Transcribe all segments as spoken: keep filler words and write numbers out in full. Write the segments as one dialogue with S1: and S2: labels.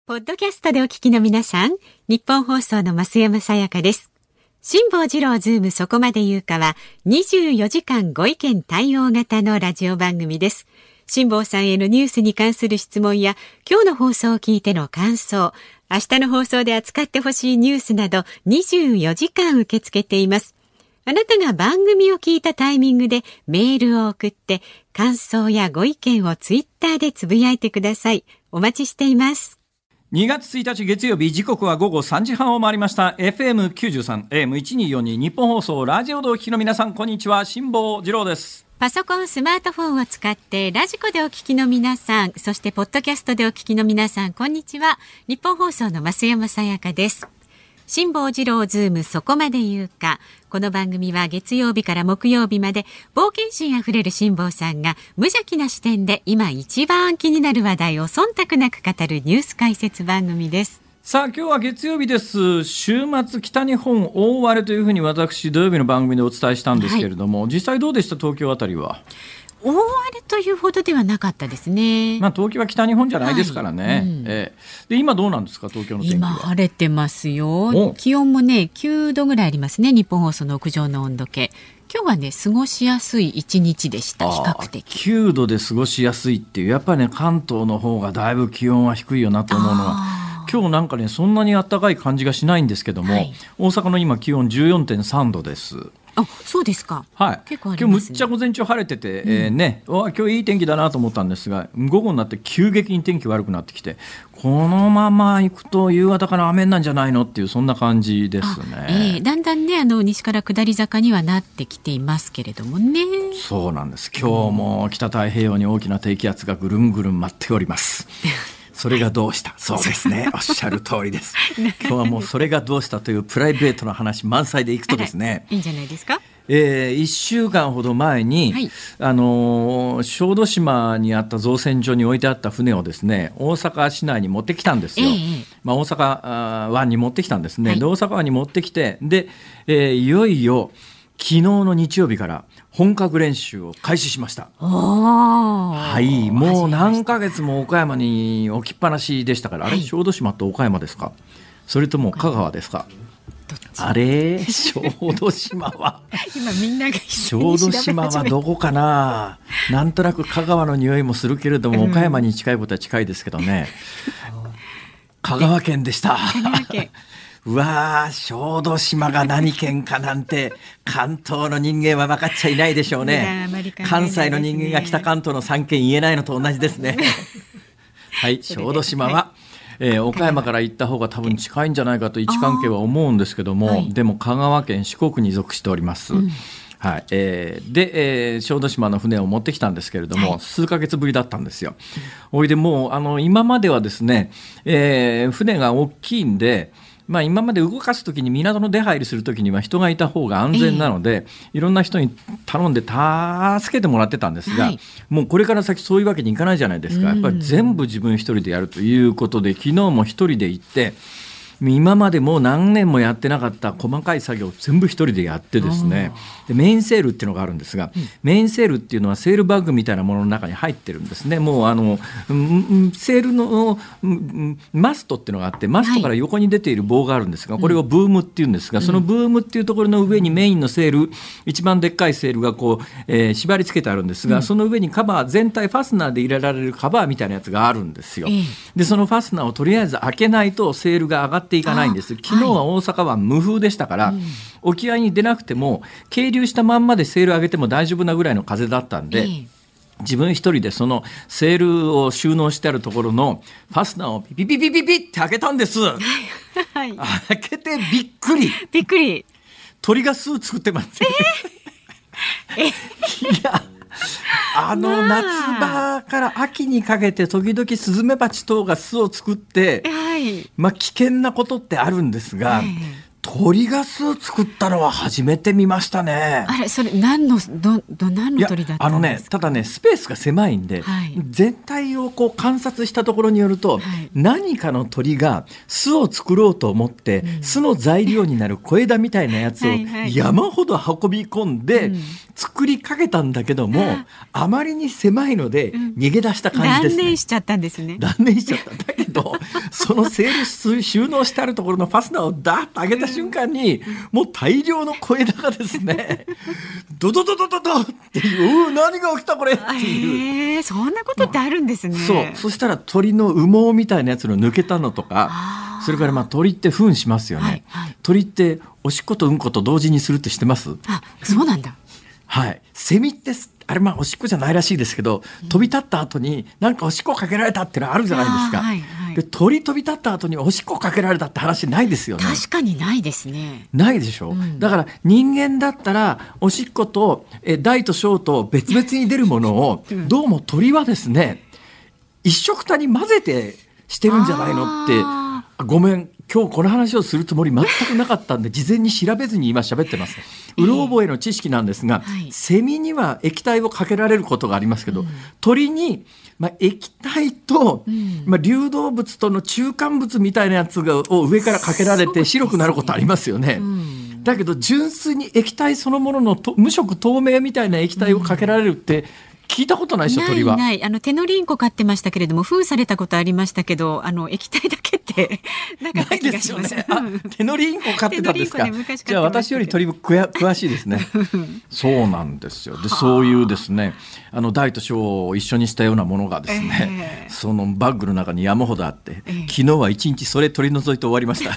S1: ポッドキャストでお聞きの皆さん、日本放送の増山さやかです。辛坊治郎ズームそこまで言うかはにじゅうよじかんご意見対応型のラジオ番組です。辛坊さんへのニュースに関する質問や今日の放送を聞いての感想、明日の放送で扱ってほしいニュースなどにじゅうよじかん受け付けています。あなたが番組を聞いたタイミングでメールを送って感想やご意見をツイッターでつぶやいてください。お待ちしています。
S2: にがつついたち月曜日、時刻はごごさんじはんを回りました。 エフエムきゅうじゅうさん エーエムせんにひゃくよんじゅうに 日本放送ラジオでお聞きの皆さん、こんにちは。辛坊治郎です。
S1: パソコン、スマートフォンを使ってラジコでお聞きの皆さん、そしてポッドキャストでお聞きの皆さん、こんにちは。日本放送の増山さやかです。辛坊治郎ズームそこまで言うか。この番組は月曜日から木曜日まで冒険心あふれる辛坊さんが無邪気な視点で今一番気になる話題を忖度なく語るニュース解説番組です。
S2: さあ、今日は月曜日です。週末北日本大荒れというふうに私土曜日の番組でお伝えしたんですけれども、はい、実際どうでした？東京あたりは
S1: 大荒れというほどではなかったですね。
S2: まあ、東京は北日本じゃないですからね、はい、うん
S1: え
S2: ー、で今どうなんですか、東京の天気は。
S1: 今晴れてますよ。気温もねきゅうどぐらいありますね。日本放送の屋上の温度計、今日はね過ごしやすい一日でした。比較的
S2: きゅうどで過ごしやすいっていう、やっぱりね関東の方がだいぶ気温は低いよなと思うのは、今日なんかねそんなに暖かい感じがしないんですけども、はい、大阪の今気温 じゅうよんてんさんどです。
S1: あ、そうですか。
S2: はい、
S1: 結構ありますね。
S2: 今日むっちゃ午前中晴れてて、うん、えーね、わ今日いい天気だなと思ったんですが、午後になって急激に天気悪くなってきて、このまま行くと夕方から雨なんじゃないのっていう、そんな感じですね。
S1: えー、だんだんねあの西から下り坂にはなってきていますけれどもね。
S2: そうなんです。今日も北太平洋に大きな低気圧がぐるんぐるん待っておりますそれがどうした。そうですね、おっしゃる通りです今日はもうそれがどうしたというプライベートな話満載でいくとですね、
S1: いいんじゃないですか。
S2: えー、いっしゅうかんほど前に、はい、あのー、小豆島にあった造船所に置いてあった船をですね、大阪市内に持ってきたんですよ、えーまあ、大阪湾に持ってきたんですね、はい、で大阪湾に持ってきて、で、えー、いよいよ昨日の日曜日から本格練習を開始しました。はい、もう何ヶ月も岡山に置きっぱなしでしたから、はい、あれ小豆島と岡山ですか、それとも香川ですか。あれ小豆島は
S1: 今みんなが
S2: 小豆島はどこかな。なんとなく香川の匂いもするけれども、うん、岡山に近いことは近いですけどね香川県でした。
S1: 香川県
S2: うわー、小豆島が何県かなんて関東の人間は分かっちゃいないでしょうね。関西の人間が北関東のさんけん言えないのと同じですねはい小豆島は、はいえー、岡山から行った方が多分近いんじゃないかと位置関係は思うんですけども、はい、でも香川県四国に属しております、うんはいえー、で、えー、小豆島の船を持ってきたんですけれども、はい、数ヶ月ぶりだったんですよ。おいでもうあの今まではですね、えー、船が大きいんで、まあ、今まで動かすときに港の出入りするときには人がいた方が安全なので、えー、いろんな人に頼んで助けてもらってたんですが、はい、もうこれから先そういうわけにいかないじゃないですか。やっぱり全部自分一人でやるということで、昨日も一人で行って今までもう何年もやってなかった細かい作業を全部一人でやってですね、でメインセールっていうのがあるんですが、うん、メインセールっていうのはセールバッグみたいなものの中に入ってるんですね。もうあのセールのマストっていうのがあって、マストから横に出ている棒があるんですが、これをブームっていうんですが、そのブームっていうところの上にメインのセール、一番でっかいセールがこう、えー、縛り付けてあるんですが、その上にカバー全体ファスナーで入れられるカバーみたいなやつがあるんですよ。でそのファスナーをとりあえず開けないとセールが上がっていかないんです。昨日は大阪湾無風でしたから、はい、沖合に出なくても係留したまんまでセール上げても大丈夫なぐらいの風だったんで、えー、自分一人でそのセールを収納してあるところのファスナーをピピピピピピって開けたんです、はい、開けてびっくり
S1: びっくり
S2: 鳥が巣作ってます、えー、いやあの夏場から秋にかけて時々スズメバチ等が巣を作って、はいまあ、危険なことってあるんですが、はい、 鳥が巣作ったのは初めて見ましたね。
S1: あれ、それ何のどど何の鳥だったんですか？
S2: あのね、ただねスペースが狭いんで、はい、全体をこう観察したところによると、はい、何かの鳥が巣を作ろうと思って、うん、巣の材料になる小枝みたいなやつを山ほど運び込んで作りかけたんだけども、うん、あまりに狭いので逃げ出した感じですね。
S1: 断念しちゃったんですね。
S2: 断念しちゃったんだけどその整理収納してあるところのファスナーをダーッと上げた瞬間に、もう大量の小枝がですねドドドドドドっていう、何が起きたこれっていう、
S1: えー、そんなことってあるんですね。
S2: そう、そしたら鳥の羽毛みたいなやつの抜けたのとか、それからまあ鳥って糞しますよね、はいはい、鳥っておしっことうんこと同時にするって知ってます？
S1: あ、そうなんだ。
S2: はい、セミってあれ、まあおしっこじゃないらしいですけど、うん、飛び立った後になんかおしっこかけられたってのあるじゃないですか、はいはい、で鳥飛び立った後におしっこかけられたって話ないですよね。
S1: 確かにないですね。
S2: ないでしょ、うん、だから人間だったらおしっことえ大と小と別々に出るものを、うん、どうも鳥はですね一緒くたに混ぜてしてるんじゃないのって、ごめん今日この話をするつもり全くなかったんで事前に調べずに今喋ってます。うろ覚えの知識なんですが、えーはい、セミには液体をかけられることがありますけど、うん、鳥に、まあ、液体と、うんまあ、流動物との中間物みたいなやつがを上からかけられて白くなることありますよね。うん、だけど純粋に液体そのもののと無色透明みたいな液体をかけられるって、うん聞いたことないでしょ、鳥は。
S1: ないない、あのテノリンコ飼ってましたけれども、封されたことありましたけど、あの液体だけってなかった気がします。
S2: ないですよね。あ、テノリンコ飼ってたんですか。ね、じゃあ私より鳥詳しいですね。そうなんですよ。でそういうですね、あの大と小を一緒にしたようなものがですね、えー、そのバッグの中に山ほどあって、えー、昨日は一日それ取り除いて終わりました。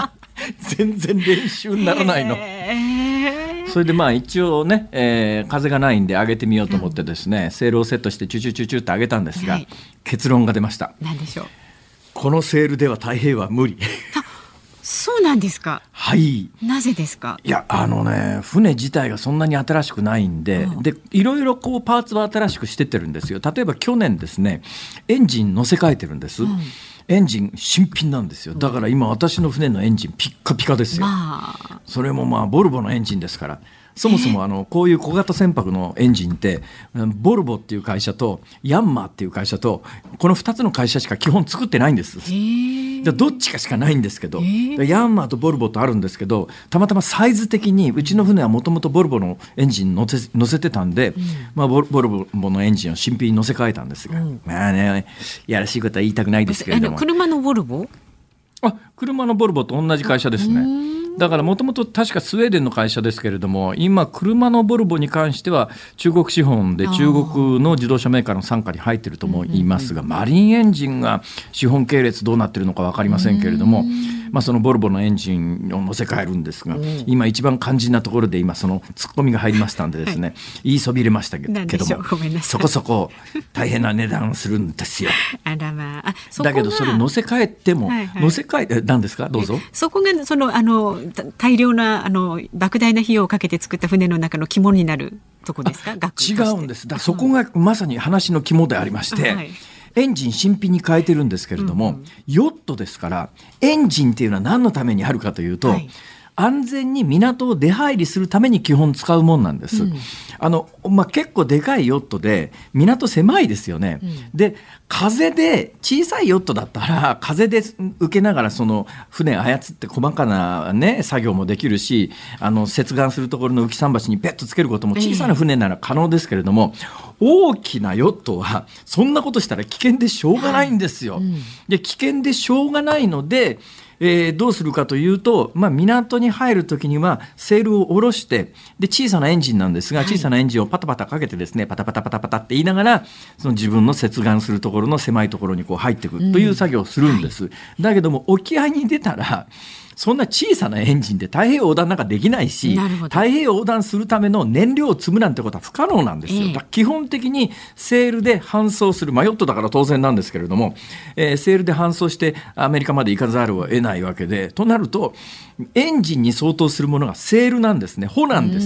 S2: 全然練習にならないの。えーそれでまあ一応ね、えー、風がないんで上げてみようと思ってですね、うん、セールをセットしてチュチュチュチュって上げたんですが、はい、結論が出ました。
S1: 何でしょう。
S2: このセールでは太平洋は無理。
S1: そうなんですか。
S2: はい。
S1: なぜですか。
S2: いやあのね、船自体がそんなに新しくないんで、うん、でいろいろこうパーツは新しくしてってるんですよ。例えば去年ですねエンジン乗せ替えてるんです、うんエンジン新品なんですよ。だから今私の船のエンジンピッカピカですよ、まあ、それもまあボルボのエンジンですから。そもそもあのこういう小型船舶のエンジンってボルボっていう会社とヤンマーっていう会社とこのふたつの会社しか基本作ってないんです。じゃどっちかしかないんですけど、ヤンマーとボルボとあるんですけど、たまたまサイズ的にうちの船はもともとボルボのエンジン乗せ、乗せてたんで、うんまあ、ボルボのエンジンを新品に乗せ替えたんですが、うん、まあねやらしいことは言いたくないですけれども。
S1: 車のボルボ？
S2: あ、車のボルボと同じ会社ですね。だからもともと確かスウェーデンの会社ですけれども、今車のボルボに関しては中国資本で中国の自動車メーカーの傘下に入っていると思いますが、マリンエンジンが資本系列どうなっているのか分かりませんけれども、まあ、そのボルボのエンジンを乗せ替えるんですが、今一番肝心なところで今そのツッコミが入りましたんでですね、はい、言いそびれましたけども、そこそこ大変な値段をするんですよ。
S1: あらまあ、あそこ
S2: だけどそれ乗せ替えても、はいはい、乗せ替え何ですか、どうぞ。
S1: そこがそのあの大量なあの莫大な費用をかけて作った船の中の肝になるとこですか。
S2: 違うんです。だそこがまさに話の肝でありまして、はい、エンジン新品に変えてるんですけれども、うんうん、ヨットですからエンジンっていうのは何のためにあるかというと、はい、安全に港を出入りするために基本使うもんなんです、うんあのまあ、結構でかいヨットで港狭いですよね、うん、で風で小さいヨットだったら風で受けながらその船操って細かな、ね、作業もできるし、あの接岸するところの浮き桟橋にペッとつけることも小さな船なら可能ですけれども、えー、大きなヨットはそんなことしたら危険でしょうがないんですよ、はいうん、で危険でしょうがないのでえー、どうするかというと、まあ、港に入るときにはセールを下ろしてで小さなエンジンなんですが、小さなエンジンをパタパタかけてですね、パタパタパタパタって言いながらその自分の接岸するところの狭いところにこう入っていくという作業をするんです、うんはい、だけども沖合に出たらそんな小さなエンジンで太平洋横断なんかできないし、太平洋横断するための燃料を積むなんてことは不可能なんですよ、えー、だ基本的にセールで搬送する、まあ、ヨットだから当然なんですけれども、えー、セールで搬送してアメリカまで行かざるを得ないわけで、となるとエンジンに相当するものがセールなんですね、帆なんですよ。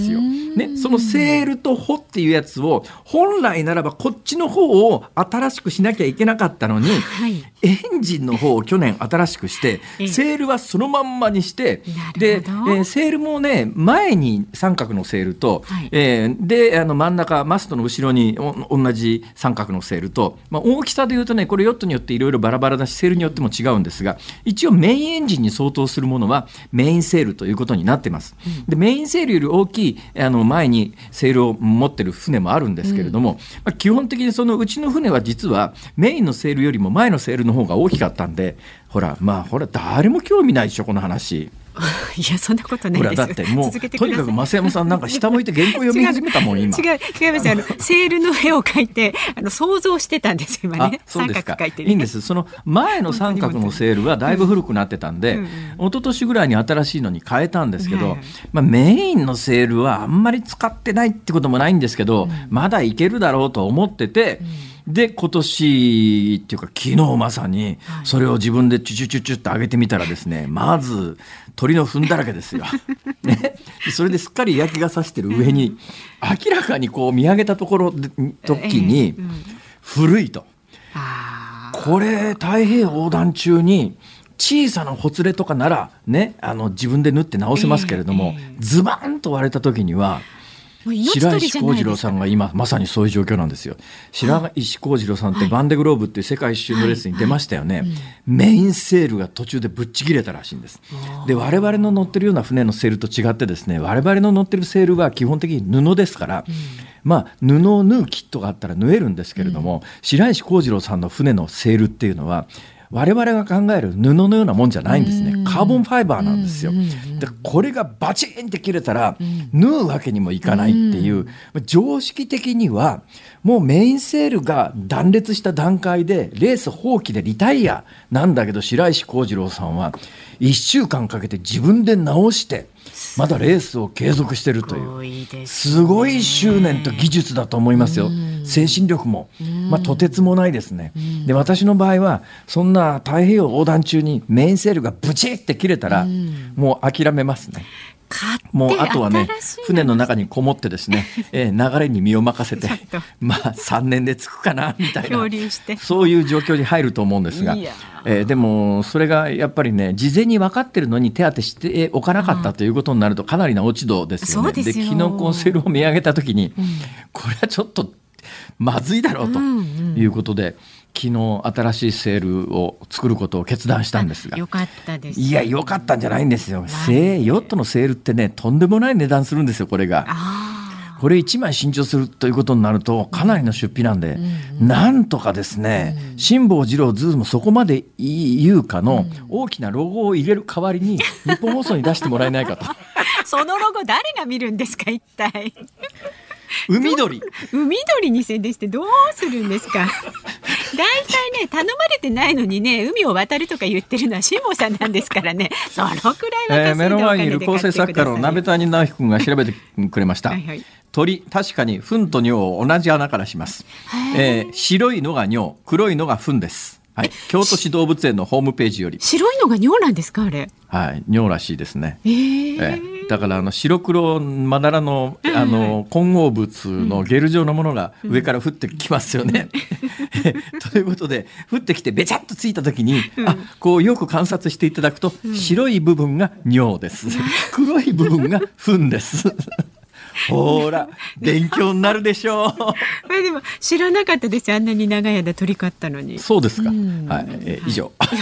S2: ね、そのセールとホっていうやつを本来ならばこっちの方を新しくしなきゃいけなかったのに、はい、エンジンの方を去年新しくしてセールはそのまんまにして、で、えー、セールもね前に三角のセールと、はい、えー、であの真ん中マストの後ろに同じ三角のセールと、まあ、大きさでいうとねこれヨットによっていろいろバラバラだしセールによっても違うんですが、一応メインエンジンに相当するものはメインセールということになってます。でメインセールより大きいあの前にセールを持ってる船もあるんですけれども、うん、まあ、基本的にそのうちの船は実はメインのセールよりも前のセールの方が大きかったんで、ほらまあほら誰も興味ないでしょこの話。
S1: いやそんなことないですよ。
S2: ほらだってもうとにかく増山さんなんか下向いて原稿読み始めたもん今。
S1: 違う違います。あのセールの絵を描いてあの想像してたんです今ね。
S2: そうですか。
S1: 三角描いて、ね、
S2: いいんです。その前の三角のセールはだいぶ古くなってたんで、うん、一昨年ぐらいに新しいのに変えたんですけど、うん、まあ、メインのセールはあんまり使ってないってこともないんですけど、うん、まだいけるだろうと思ってて、うん、で今年っていうか昨日まさにそれを自分でチュチュチュチュって上げてみたらですね、まず鳥の糞だらけですよ、ね、それですっかり焼きがさしてる上に明らかにこう見上げたところ時に古いと、これ太平洋横断中に小さなほつれとかなら、ね、あの自分で縫って直せますけれども、ズバンと割れた時には白石浩二郎さんが今まさにそういう状況なんですよ。白石浩二郎さんってバンデグローブっていう世界一周のレースに出ましたよね、はいはいはい、メインセールが途中でぶっちぎれたらしいんです。で我々の乗ってるような船のセールと違ってですね、我々の乗ってるセールは基本的に布ですから、うん、まあ、布を縫うキットがあったら縫えるんですけれども、うん、白石浩二郎さんの船のセールっていうのは我々が考える布のようなもんじゃないんですね。カーボンファイバーなんですよ。でこれがバチンって切れたら縫うわけにもいかないっていう、常識的にはもうメインセールが断裂した段階でレース放棄でリタイアなんだけど、白石浩二郎さんはいっしゅうかんかけて自分で直してまだレースを継続しているというすごい執念と技術だと思いますよ。精神力も、まあ、とてつもないですね。で私の場合はそんな太平洋横断中にメインセールがブチって切れたらもう諦めますね。もうあとはね船の中にこもってですね、えー、流れに身を任せてまあさんねんで着くかなみたいなそういう状況に入ると思うんですが、えー、でもそれがやっぱりね事前に分かってるのに手当てしておかなかったということになるとかなりな落ち度ですよね。で昨日このセールを見上げた時に、うん、これはちょっとまずいだろうということで、うんうん、昨日新しいセールを作ることを決断したんですが、
S1: よかったです。
S2: いやよかったんじゃないんですよ。セーヨットのセールってねとんでもない値段するんですよ。これがこれいちまい新調するということになるとかなりの出費なんで、うんうん、なんとかですね、うん、辛坊治郎ズームそこまで言うかの大きなロゴを入れる代わりに日本放送に出してもらえないかと
S1: そのロゴ誰が見るんですか一体
S2: 海鳥
S1: 海鳥に宣伝してどうするんですか。大体ね頼まれてないのにね海を渡るとか言ってるのは辛坊さんなんですからね。そのくらいは稼いでお金で買ってください。えー、目の前にいる構成作家の鍋谷直樹君が調べてくれましたはい、はい、鳥確かに糞と尿を同じ穴からします、えー、白いのが尿黒いのが糞です、はい、京都市動物園のホームページより。 白いのが尿なんですかあれ。
S2: はい、尿らしいですね、
S1: えー
S2: えー、だからあの白黒まだらの、あの混合物のゲル状のものが上から降ってきますよね、うん、ということで降ってきてべちゃっとついた時に、うん、あこうよく観察していただくと、うん、白い部分が尿です黒い部分が糞ですほら勉強になるでしょうまあ
S1: でも知らなかったです。あんなに長い間鳥飼ったのに。
S2: そうですか、はいえー、以上、はい、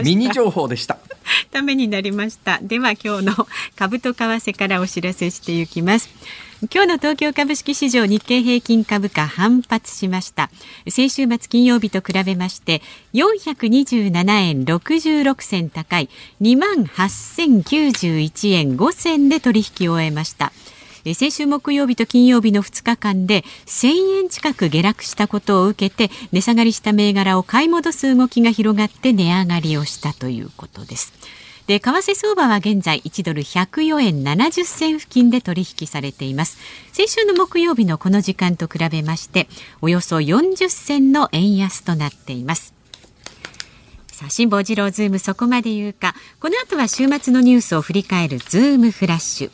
S2: ミニ情報でした
S1: ためになりました。では今日の株と為替からお知らせしていきます。今日の東京株式市場日経平均株価反発しました。先週末金曜日と比べましてよんひゃくにじゅうななえんろくじゅうろくせん高い にまんはっせんきゅうじゅういちえんごせんで取引を終えました。先週木曜日と金曜日のふつかかんでせんえん近く下落したことを受けて値下がりした銘柄を買い戻す動きが広がって値上がりをしたということです。で為替相場は現在いちドルひゃくよえんななじゅっせん付近で取引されています。先週の木曜日のこの時間と比べましておよそよんじゅっせんの円安となっています。さあ辛坊治郎ズームそこまで言うか。この後は週末のニュースを振り返るズームフラッシュ。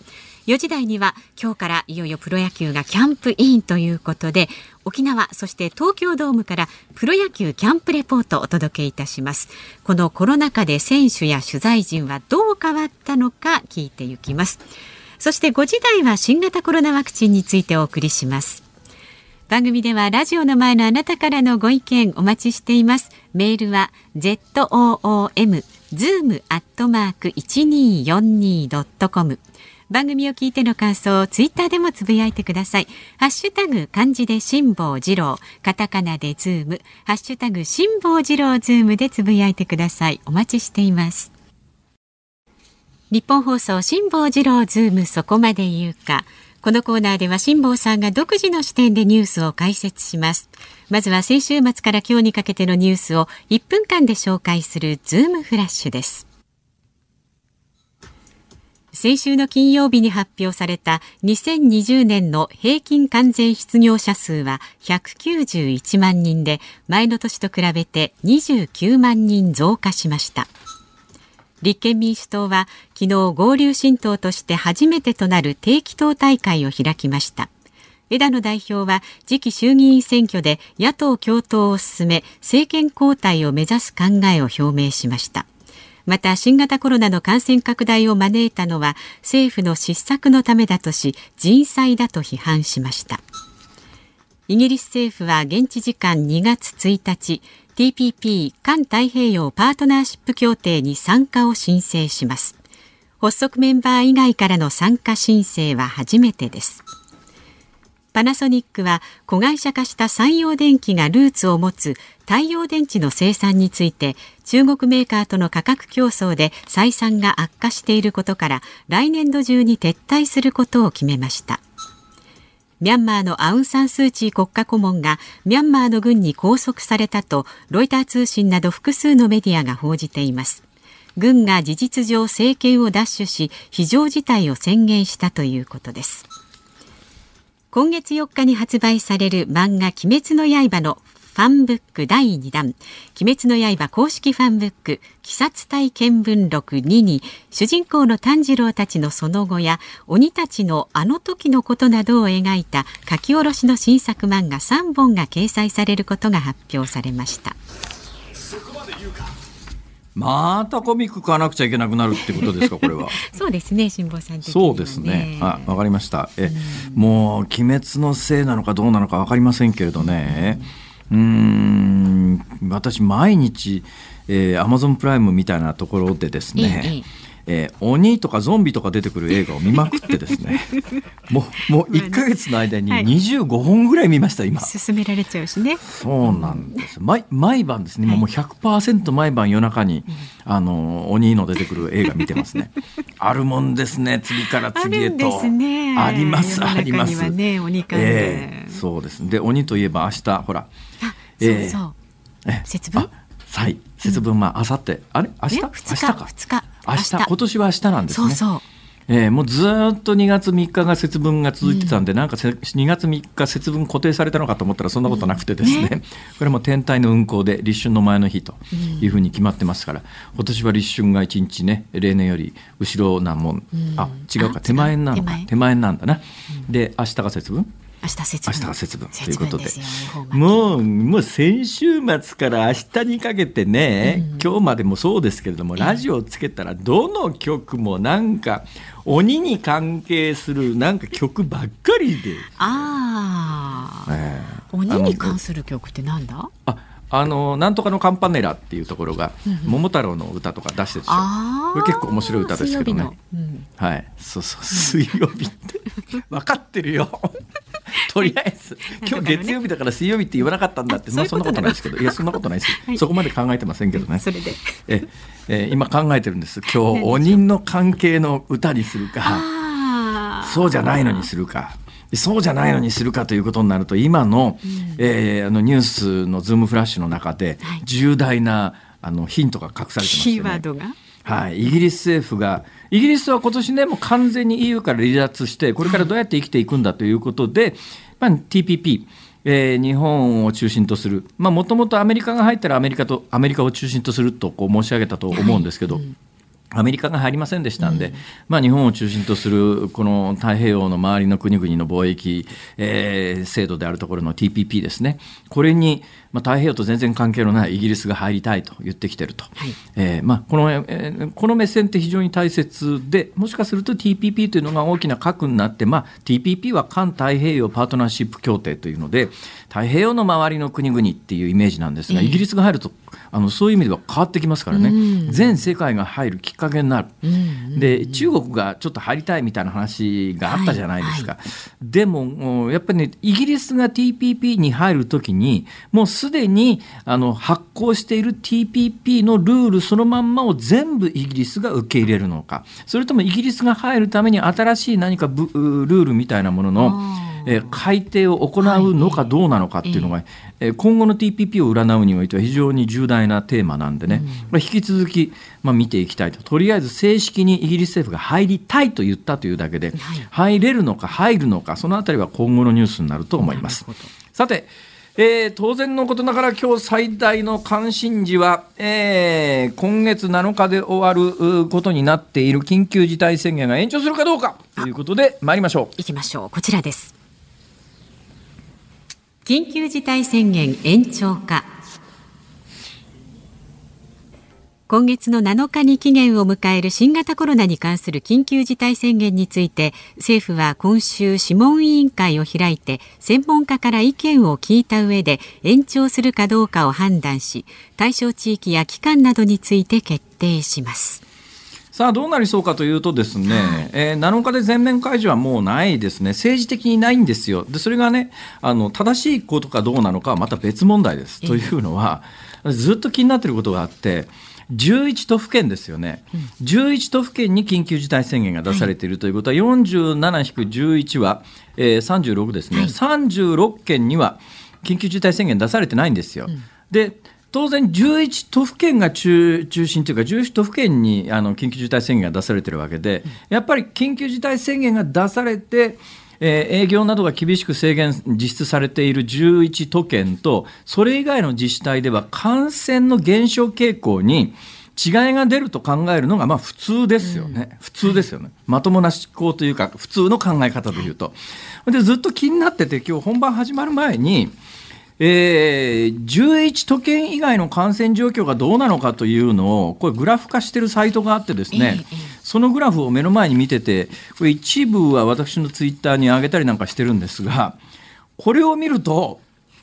S1: よじ台には今日からいよいよプロ野球がキャンプインということで、沖縄そして東京ドームからプロ野球キャンプレポートをお届けいたします。このコロナ禍で選手や取材陣はどう変わったのか聞いていきます。そしてごじ台は新型コロナワクチンについてお送りします。番組ではラジオの前のあなたからのご意見お待ちしています。メールは ズーム ズーム アットマーク いちにーよんにー ドットコム、番組を聞いての感想をツイッターでもつぶやいてください。ハッシュタグ漢字で辛坊治郎、カタカナでズーム、ハッシュタグ辛坊治郎ズームでつぶやいてください。お待ちしています。日本放送辛坊治郎ズームそこまで言うか。このコーナーでは辛坊さんが独自の視点でニュースを解説します。まずは先週末から今日にかけてのニュースをいっぷんかんで紹介するズームフラッシュです。先週の金曜日に発表されたにせんにじゅうねんの平均完全失業者数はひゃくきゅうじゅういちまんにんで、前の年と比べてにじゅうきゅうまんにん増加しました。立憲民主党は昨日合流新党として初めてとなる定期党大会を開きました。枝野代表は次期衆議院選挙で野党共闘を進め、政権交代を目指す考えを表明しました。また新型コロナの感染拡大を招いたのは政府の失策のためだとし、人災だと批判しました。イギリス政府は現地時間にがつついたち、ティーピーピー 環太平洋パートナーシップ協定に参加を申請します。発足メンバー以外からの参加申請は初めてです。パナソニックは子会社化した三洋電機がルーツを持つ太陽電池の生産について、中国メーカーとの価格競争で採算が悪化していることから来年度中に撤退することを決めました。ミャンマーのアウン・サン・スー・チー国家顧問がミャンマーの軍に拘束されたとロイター通信など複数のメディアが報じています。軍が事実上政権を奪取し、非常事態を宣言したということです。今月よっかに発売される漫画鬼滅の刃のファンブックだいにだん、鬼滅の刃公式ファンブック鬼殺隊見聞録にに、主人公の炭治郎たちのその後や鬼たちのあの時のことなどを描いた書き下ろしの新作漫画さんぼんが掲載されることが発表されました。
S2: またコミック買わなくちゃいけなくなるってことですか、これは。
S1: そうですね、辛坊さん的に
S2: もね。そうですね。あ、わかりました。え、うん、もう鬼滅のせいなのかどうなのかわかりませんけれどね。うーん、私毎日、えー、Amazon プライムみたいなところでですね、えええー、鬼とかゾンビとか出てくる映画を見まくってですねもう、もういっかげつの間ににじゅうごほんぐらい見ました。今
S1: 進められちゃうしね。
S2: そうなんです。 毎, 毎晩ですね、はい、もう ひゃくパーセント 毎晩夜中に、うん、あの鬼の出てくる映画見てますね。あるもんですね、次から次へと。あるんですね。ありますあります、
S1: ね、鬼関連、
S2: えー、そうです。で鬼といえば明日ほら、
S1: あ、えー、そうそう、え節分、
S2: はい、節分、まあ明後日、あれ明日明日か
S1: ふつか
S2: 明日、今年は明日なんですね。
S1: そうそう、
S2: えー、もうずっとにがつみっかが節分が続いてたんで、うん、なんかにがつみっか節分固定されたのかと思ったらそんなことなくてですね、うんね、これも天体の運行で立春の前の日というふうに決まってますから、うん、今年は立春がいちにちね、例年より後ろなもん、うん、あ違うか、手前なのか、手前なんだな、うん、で明日が節分、
S1: 明日節分、
S2: 明日が節分ということで、もう、もう先週末から明日にかけてね、うん、今日までもそうですけれども、ラジオをつけたらどの曲もなんか鬼に関係するなんか曲ばっかりで、
S1: あ、えー、鬼に関する曲ってなんだ？
S2: ああのなんとかのカンパネラっていうところが、うん、桃太郎の歌とか出してるでしょ。これ結構面白い歌ですけどね、うん、はい、そうそう、水曜日って分かってるよとりあえず今日月曜日だから水曜日って言わなかったんだって、まあ、そんなことないですけど、いやそんなことないです、はい、そこまで考えてませんけどね。
S1: それで
S2: え、え今考えてるんです。今日鬼の関係の歌にするか、そうじゃないのにするか、そうじゃないのにするかということになると、今の、うんえー、あのニュースのズームフラッシュの中で重大なあのヒントが隠されてますよね。
S1: キーワードが、
S2: はい、イギリス政府が、イギリスは今年ね、もう完全に イーユー から離脱してこれからどうやって生きていくんだということで、まあ、ティーピーピー、えー、日本を中心とする、もともとアメリカが入ったらアメリカとアメリカを中心とするとこう申し上げたと思うんですけど、はいうんアメリカが入りませんでしたんで、うんまあ、日本を中心とするこの太平洋の周りの国々の貿易、えー、制度であるところの ティーピーピー ですね、これに、まあ、太平洋と全然関係のないイギリスが入りたいと言ってきていると、はいえーまあ このえー、この目線って非常に大切で、もしかすると ティーピーピー というのが大きな核になって、まあ、ティーピーピー は環太平洋パートナーシップ協定というので太平洋の周りの国々っていうイメージなんですが、イギリスが入るとあのそういう意味では変わってきますからね、うん、全世界が入るきっかけになる、うん、で中国がちょっと入りたいみたいな話があったじゃないですか、はいはい、でもやっぱりねイギリスが ティーピーピー に入るときにもうすでにあの発行している ティーピーピー のルールそのまんまを全部イギリスが受け入れるのか、それともイギリスが入るために新しい何かブルールみたいなもののえー、改定を行うのかどうなのかっていうのが、はいえー、今後の ティーピーピー を占うにおいては非常に重大なテーマなんでね、うん、引き続き、まあ、見ていきたいと。とりあえず正式にイギリス政府が入りたいと言ったというだけで、はい、入れるのか入るのかそのあたりは今後のニュースになると思います。さて、えー、当然のことながら今日最大の関心事は、えー、今月なのかで終わることになっている緊急事態宣言が延長するかどうかということで参りましょう。
S1: いきましょう。こちらです。緊急事態宣言延長か。今月のなのかに期限を迎える新型コロナに関する緊急事態宣言について、政府は今週諮問委員会を開いて専門家から意見を聞いた上で延長するかどうかを判断し、対象地域や期間などについて決定します。
S2: さあどうなりそうかというとですね、はいえー、なのかで全面解除はもうないですね。政治的にないんですよ。でそれがねあの正しいことかどうなのかはまた別問題です、えー、というのはずっと気になっていることがあって、じゅういち都府県ですよね、うん、じゅういち都府県に緊急事態宣言が出されているということは、はい、よんじゅうなな引くじゅういち は、えー、さんじゅうろくですね、はい、さんじゅうろっけんには緊急事態宣言出されてないんですよ、うん、で当然じゅういち都府県が 中, 中心というかじゅういち都府県にあの緊急事態宣言が出されているわけで、やっぱり緊急事態宣言が出されて、えー、営業などが厳しく制限実施されているじゅういち都県とそれ以外の自治体では感染の減少傾向に違いが出ると考えるのがまあ普通ですよね、うん、普通ですよね、まともな思考というか普通の考え方でいうと。でずっと気になってて今日本番始まる前にえー、じゅういち都県以外の感染状況がどうなのかというのをこれグラフ化しているサイトがあってですね、えーえー、そのグラフを目の前に見ててこれ一部は私のツイッターに上げたりなんかしてるんですが、これを見ると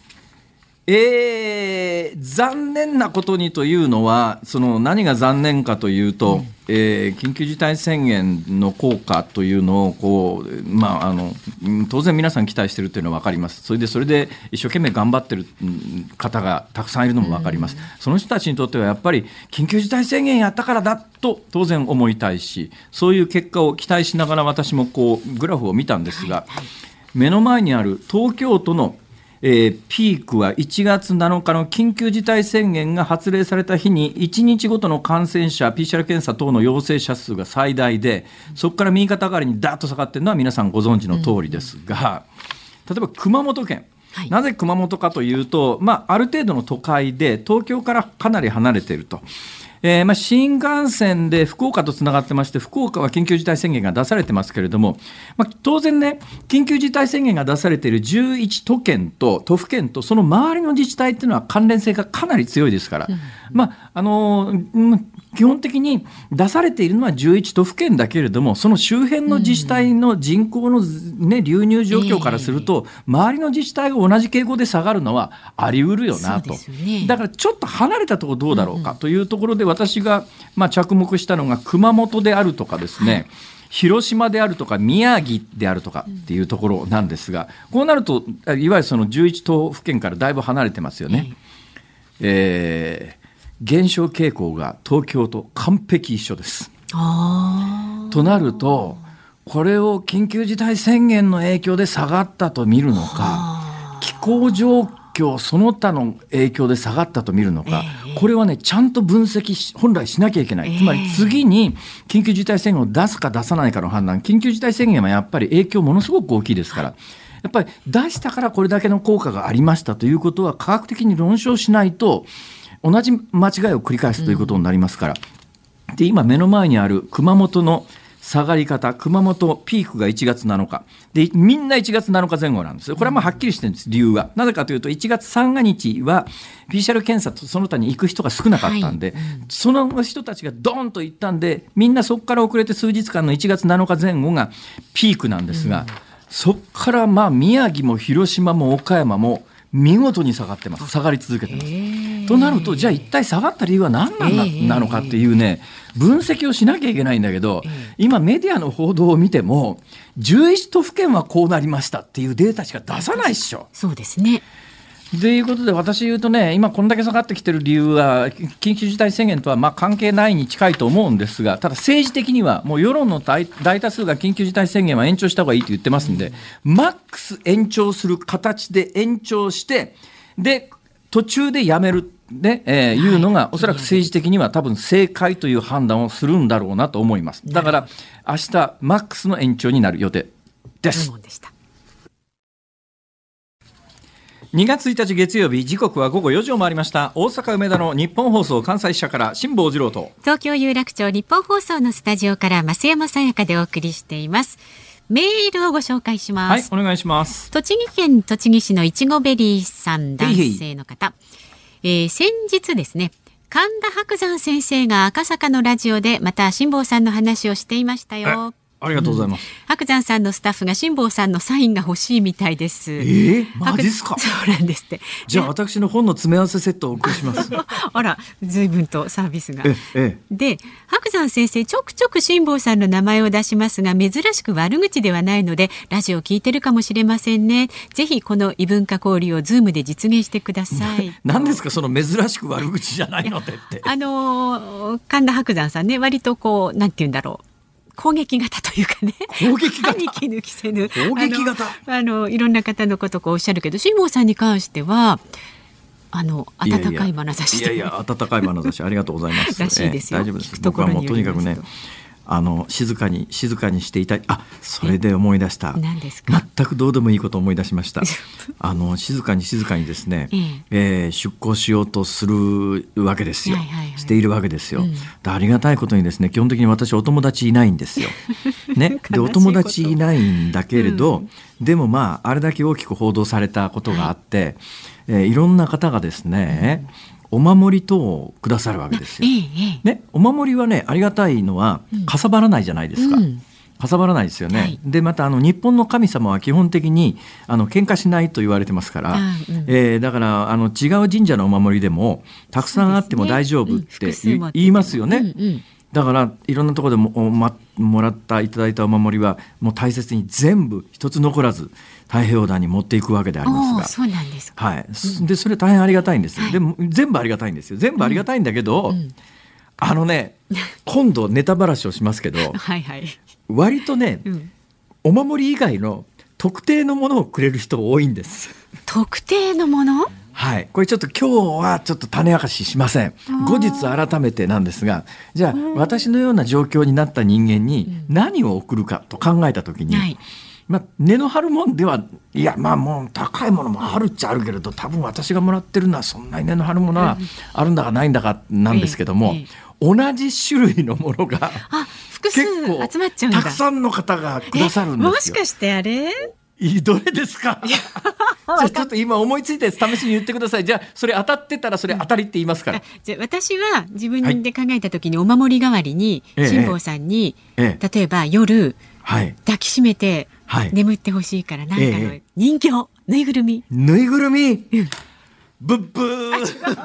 S2: えー、残念なことにというのはその何が残念かというと、うんえー、緊急事態宣言の効果というのをこう、まあ、あの当然皆さん期待しているというのは分かります。それでそれで一生懸命頑張っている方がたくさんいるのも分かります、うん、その人たちにとってはやっぱり緊急事態宣言やったからだと当然思いたいし、そういう結果を期待しながら私もこうグラフを見たんですが、はいはい、目の前にある東京都のえー、ピークはいちがつなのかの緊急事態宣言が発令された日にいちにちごとの感染者 ピーシーアール 検査等の陽性者数が最大で、そこから右肩上がりにダーッと下がっているのは皆さんご存知の通りですが、うん、例えば熊本県、はい、なぜ熊本かというと、まあ、ある程度の都会で東京からかなり離れていると。えーまあ、新幹線で福岡とつながってまして、福岡は緊急事態宣言が出されてますけれども、まあ、当然ね緊急事態宣言が出されているじゅういち都県と都府県とその周りの自治体っていうのは関連性がかなり強いですから、うんまああのー、基本的に出されているのはじゅういち都府県だけれども、その周辺の自治体の人口の、ね、流入状況からすると、えー、周りの自治体が同じ傾向で下がるのはあり得るよなと、ね、だからちょっと離れたところどうだろうかというところで、私がまあ着目したのが熊本であるとかですね、はい、広島であるとか宮城であるとかっていうところなんですが、こうなるといわゆるそのじゅういち都府県からだいぶ離れてますよね、えー、減少傾向が東京と完璧一緒です。あとなるとこれを緊急事態宣言の影響で下がったと見るのか、気候状況その他の影響で下がったと見るのか、えー、これはねちゃんと分析し本来しなきゃいけない、えー、つまり次に緊急事態宣言を出すか出さないかの判断、緊急事態宣言はやっぱり影響ものすごく大きいですから、はい、やっぱり出したからこれだけの効果がありましたということは科学的に論証しないと同じ間違いを繰り返すということになりますから、うん、 で今目の前にある熊本の下がり方、熊本ピークがいちがつなのかで、みんないちがつなのか前後なんですよ。これはまあはっきりしてるんです。理由はなぜかというと、いちがつさんがつは ピーシーアール 検査とその他に行く人が少なかったんで、はい、うん、その人たちがドーンと行ったんで、みんなそこから遅れて数日間のいちがつなのか前後がピークなんですが、うん、そこからまあ宮城も広島も岡山も見事に下がってます。下がり続けてます。となると、じゃあ一体下がった理由は何なんだ、なのかっていうね、分析をしなきゃいけないんだけど、今メディアの報道を見てもじゅういちとふけんはこうなりましたっていうデータしか出さないっしょ。
S1: そうですね。
S2: ということで、私言うとね、今こんだけ下がってきてる理由は緊急事態宣言とはまあ関係ないに近いと思うんですが、ただ政治的にはもう世論の 大, 大多数が緊急事態宣言は延長した方がいいと言ってますんで、うん、マックス延長する形で延長して、で途中でやめるね、えー、いうのがおそらく政治的には多分正解という判断をするんだろうなと思います。だから明日マックスの延長になる予定です。にがつついたち月曜日、時刻は午後よじを回りました。大阪梅田の日本放送関西支社から辛坊治郎と、
S1: 東京有楽町日本放送のスタジオから増山さやかでお送りしています。メールをご紹介します。
S2: はい、お願いします。
S1: 栃木県栃木市のいちごベリーさん、男性の方、えー、先日ですね、神田伯山先生が赤坂のラジオでまた辛坊さんの話をしていましたよ。
S2: ありがとうございます。
S1: うん、伯山さんのスタッフが辛坊さんのサインが欲しいみたいです。
S2: えー、マジですか。
S1: そうなんですって。
S2: じゃあ私の本の詰め合わせセットをお送りします。
S1: あら、随分とサービスが。
S2: ええ、
S1: で、伯山先生ちょくちょく辛坊さんの名前を出しますが、珍しく悪口ではないのでラジオ聞いてるかもしれませんね。ぜひこの異文化交流をズームで実現してください。
S2: 何ですかその珍しく悪口じゃないのでって。
S1: あのー、神田伯山さんね、割とこうなんて言うんだろう、攻撃型というかね、
S2: 攻撃型、
S1: 歯に衣着せぬ
S2: 攻撃型、
S1: あのあのいろんな方のことをおっしゃるけど、辛坊さんに関してはあの温かい眼差しで、
S2: いやいや温かい眼差しありがとうございます
S1: らしいですよ。
S2: えー、大丈夫です。僕はもうとにかくね、あの静かに静かにしていたい。あ、それで思い出した。
S1: 何ですか。
S2: 全くどうでもいいことを思い出しました。あの静かに静かにですね、えええー、出航しようとするわけですよ、はいはいはい、しているわけですよ、うん、ありがたいことにですね、基本的に私お友達いないんですよ、ね、でお友達いないんだけれど、うん、でもまああれだけ大きく報道されたことがあって、はい、えー、いろんな方がですね、うんお守り等をくださるわけですよ、ね、お守りはね、ありがたいのはかさばらないじゃないですか、うん、かさばらないですよね、はい、でまたあの日本の神様は基本的にあの喧嘩しないと言われてますから、うん、えー、だからあの違う神社のお守りでもたくさんあっても大丈夫って言いますよね、うんうん、だからいろんなところで も, も, もらったいただいたお守りはもう大切に全部一つ残らず太平洋岸に持っていくわけでありますが、
S1: そうなんですか、
S2: はい、うん、でそれ大変ありがたいんですよ、はい、でも全部ありがたいんですよ、全部ありがたいんだけど、うんうん、あのね今度ネタばらしをしますけどはい、はい、割とね、うん、お守り以外の特定のものをくれる人多いんです。
S1: 特定のもの、
S2: はい、これちょっと今日はちょっと種明かししません。後日改めてなんですが、じゃあ私のような状況になった人間に何を送るかと考えたときに、うん、はい、まあ、根の張るもんでは、いやまあもう高いものもあるっちゃあるけれど、多分私がもらってるのはそんなに根の張るものはあるんだかないんだかなんですけども、ええええ、同じ種類のものが
S1: 複数集まっちゃうんだ。
S2: たくさんの方がくださるんですよ。
S1: もしかしてあれ
S2: どれですかじゃあちょっと今思いついたやつ試しに言ってください。じゃあそれ当たってたらそれ当たりって言いますから、うん、
S1: じゃあ私は自分で考えた時にお守り代わりに辛坊さんに、ええ、例えば夜、はい、抱きしめて眠ってほしいから、なんかの人形、ええ、ぬいぐるみ
S2: ぬいぐるみ、うん、ブッブー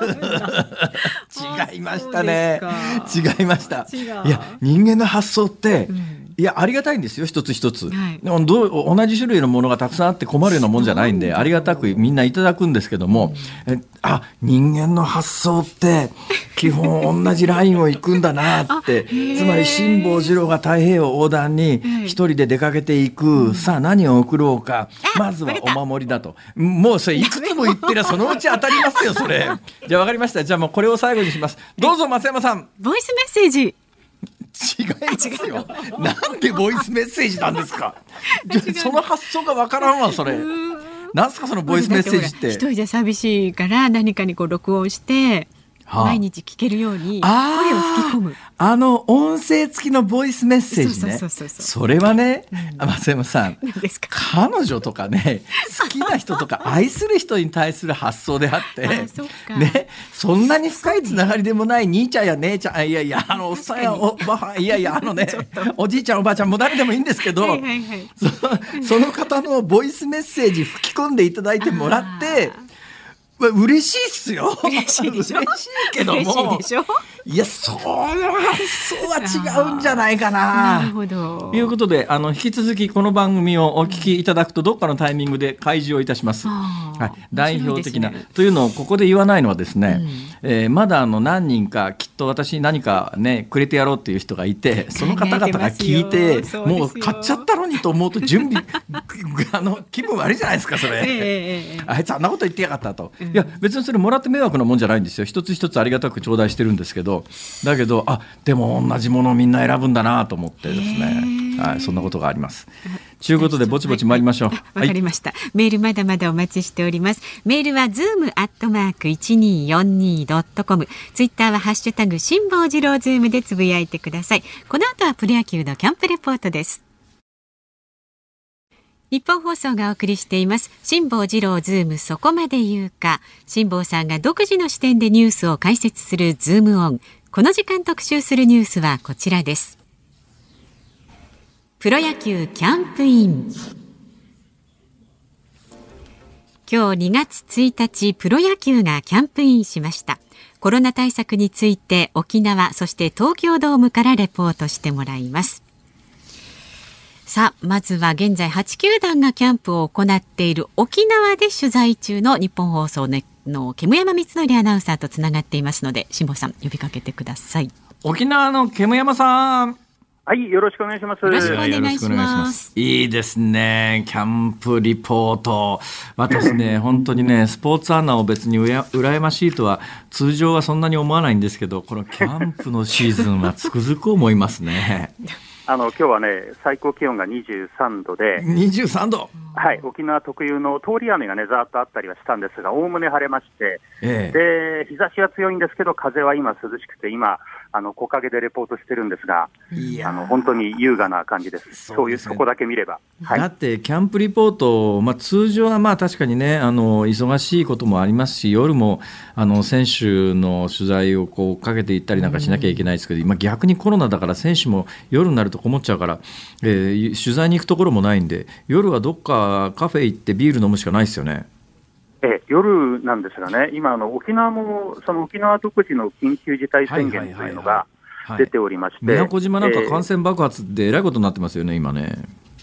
S2: 違いましたね。違いました。いや人間の発想って、うん、いやありがたいんですよ、一つ一つ、はい、でもどう同じ種類のものがたくさんあって困るようなもんじゃないんで、ありがたくみんないただくんですけども、うん、えあ人間の発想って基本同じラインを行くんだなってつまり辛坊治郎が太平洋横断に一人で出かけていく、うん、さあ何を送ろうか、まずはお守りだと。もうそれいくつも言ってりゃそのうち当たりますよそれ。じゃあ分かりました。じゃあもうこれを最後にします。どうぞ増山さん。
S1: ボイスメッセージ。
S2: 違いますよ。なんでボイスメッセージなんですか。その発想がわからんわそれ。なんすかそのボイスメッセージって。
S1: 一人じゃ寂しいから何かにこう録音して毎日聞けるように声を吹き込む、
S2: あの音声付きのボイスメッセージね。それはね、うん、松山さん、
S1: 何ですか？
S2: 彼女とかね、好きな人とか愛する人に対する発想であって
S1: あ、そっか、
S2: ね、そんなに深いつながりでもない兄ちゃんや姉ちゃん、いやいや、あのおっさんやおばはん、いやいや、あのねおじいちゃんおばあちゃんも誰でもいいんですけど、はいはいはい、そ, その方のボイスメッセージ吹き込んでいただいてもらって、嬉しいっすよ。
S1: 嬉しいでしょ。
S2: 嬉しいけども、
S1: 嬉しいでしょ。
S2: いや、その発想は違うんじゃないかな。
S1: なるほど。
S2: ということで、あの引き続きこの番組をお聞きいただくと、どっかのタイミングで開示をいたします。はい、代表的な、ね、というのをここで言わないのはですね、うん、えー、まだあの何人かきっと私に何かねくれてやろうっていう人がいて、その方々が聞いてもう買っちゃったのにと思うと準備あの気分悪いじゃないですかそれ、えー、あいつあんなこと言ってやがったと、うん、いや別にそれもらって迷惑なもんじゃないんですよ。一つ一つありがたく頂戴してるんですけど、だけどあでも同じものをみんな選ぶんだなと思ってですね、はい、そんなことがあります。ということでぼちぼち参りましょう。わ、
S1: はい、かりました、はい、メールまだまだお待ちしております。メールはズームアットマーク いちにーよんにードットコム、 ツイッターはハッシュタグ辛坊治郎ズームでつぶやいてください。この後はプロ野球のキャンプレポートです。日本放送がお送りしています辛坊治郎ズームそこまで言うか。辛坊さんが独自の視点でニュースを解説するズームオン。この時間特集するニュースはこちらです。プロ野球キャンプイン。今日にがつついたち、プロ野球がキャンプインしました。コロナ対策について沖縄、そして東京ドームからレポートしてもらいます。さあ、まずは現在はちきゅうだんがキャンプを行っている沖縄で取材中の日本放送の煙山光則アナウンサーとつながっていますので、辛坊さん呼びかけてください。
S2: 沖縄の煙山さん。
S3: はい、よろしくお願いします。
S1: よろしくお願いします。
S2: いいですね、キャンプリポート。私ね本当にねスポーツアナを別にうや羨ましいとは通常はそんなに思わないんですけど、このキャンプのシーズンはつくづく思いますね。
S3: あの今日はね最高気温がにじゅうさんどで、
S2: にじゅうさんど、
S3: はい、沖縄特有の通り雨がねざーっとあったりはしたんですが、おおむね晴れまして、ええ、で日差しは強いんですけど風は今涼しくて、今あの木陰でレポートしてるんですが、あの本当に優雅な感じです。そうですね、そういうそこだけ見れば、はい、
S2: だってキャンプリポート、まあ、通常はまあ確かにねあの忙しいこともありますし、夜もあの選手の取材をこうかけていったりなんかしなきゃいけないですけど、今逆にコロナだから選手も夜になるとこもっちゃうから、えー、取材に行くところもないんで、夜はどっかカフェ行ってビール飲むしかないですよね。
S3: え夜なんですがね、今あの沖縄もその沖縄独自の緊急事態宣言というのが出ておりまして、
S2: 宮古島なんか感染爆発でえらいことになってますよね、今ね。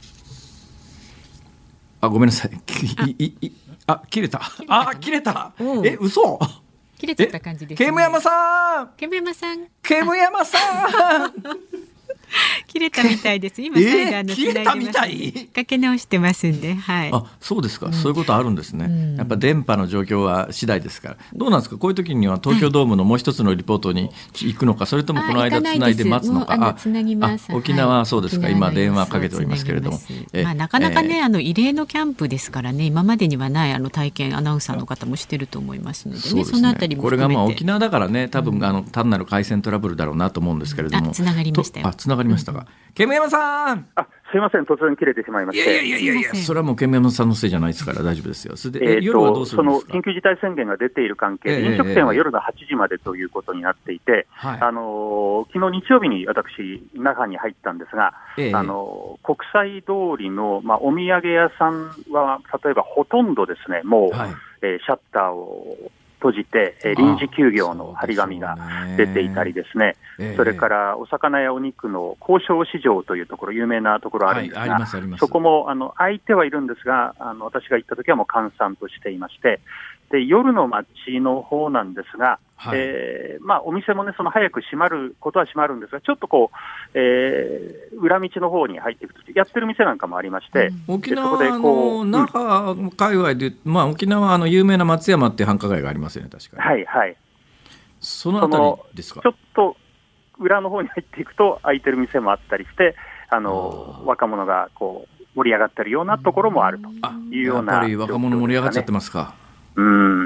S2: あ、ごめんなさい、いいいあ切れたあ切れたえ嘘
S1: 切れちゃった感じですね。
S2: 煙山さん
S1: 煙山さん
S2: 煙山さん
S1: 切れたみたいです。今再度あの
S2: 切れたみたい
S1: かけ直してますんで、はい、
S2: あそうですか、うん、そういうことあるんですね、うん、やっぱ電波の状況は次第ですから。どうなんですか、こういう時には東京ドームのもう一つのリポートに行くのか、それともこの間つないで待つのか。
S1: あつなぎます。
S2: 沖縄はそうですか、はい、今電話かけておりますけれども、
S1: まあ、なかなかね、えー、あの異例のキャンプですからね、今までにはないあの体験アナウンサーの方もしてると思いますのでね、 そうですね、そのあたりも含めて、
S2: これがまあ沖縄だからね、多分、うん、あの単なる回線トラブルだろうなと思うんですけれども、
S1: あつながりましたよ。
S2: あつながりましたか、うん、煙山さん。
S3: あすいません、突然切れてしまいまして。
S2: いやいやいやいや、それはもう煙山さんのせいじゃないですから大丈夫ですよ。それで、
S3: えー、夜はどうするんですか。その緊急事態宣言が出ている関係で、えー、飲食店は夜のはちじまでということになっていて、えーあのー、昨日日曜日に私那覇に入ったんですが、えーあのー、国際通りの、まあ、お土産屋さんは例えばほとんどですね、もう、はいえー、シャッターを閉じて、えー、臨時休業の張り紙が出ていたりですね、そ, ねそれからお魚やお肉の交渉市場というところ、有名なところあるんですが、はい、ありますあります。そこもあの空いてはいるんですが、あの私が行った時はもう閑散としていまして、で夜の街の方なんですが、はいえーまあ、お店も、ね、その早く閉まることは閉まるんですが、ちょっとこう、えー、裏道の方に入っていくとやってる店なんかもありまして、
S2: うん、沖縄の那覇界隈で、まあ、沖縄あの有名な松山っていう繁華街がありますよね、確かに。
S3: はいはい、
S2: そのあたりですか。
S3: ちょっと裏の方に入っていくと空いてる店もあったりして、あの若者がこう盛り上がってるようなところもあるというような、
S2: やっぱり若者盛り上がっちゃってますか。
S3: うん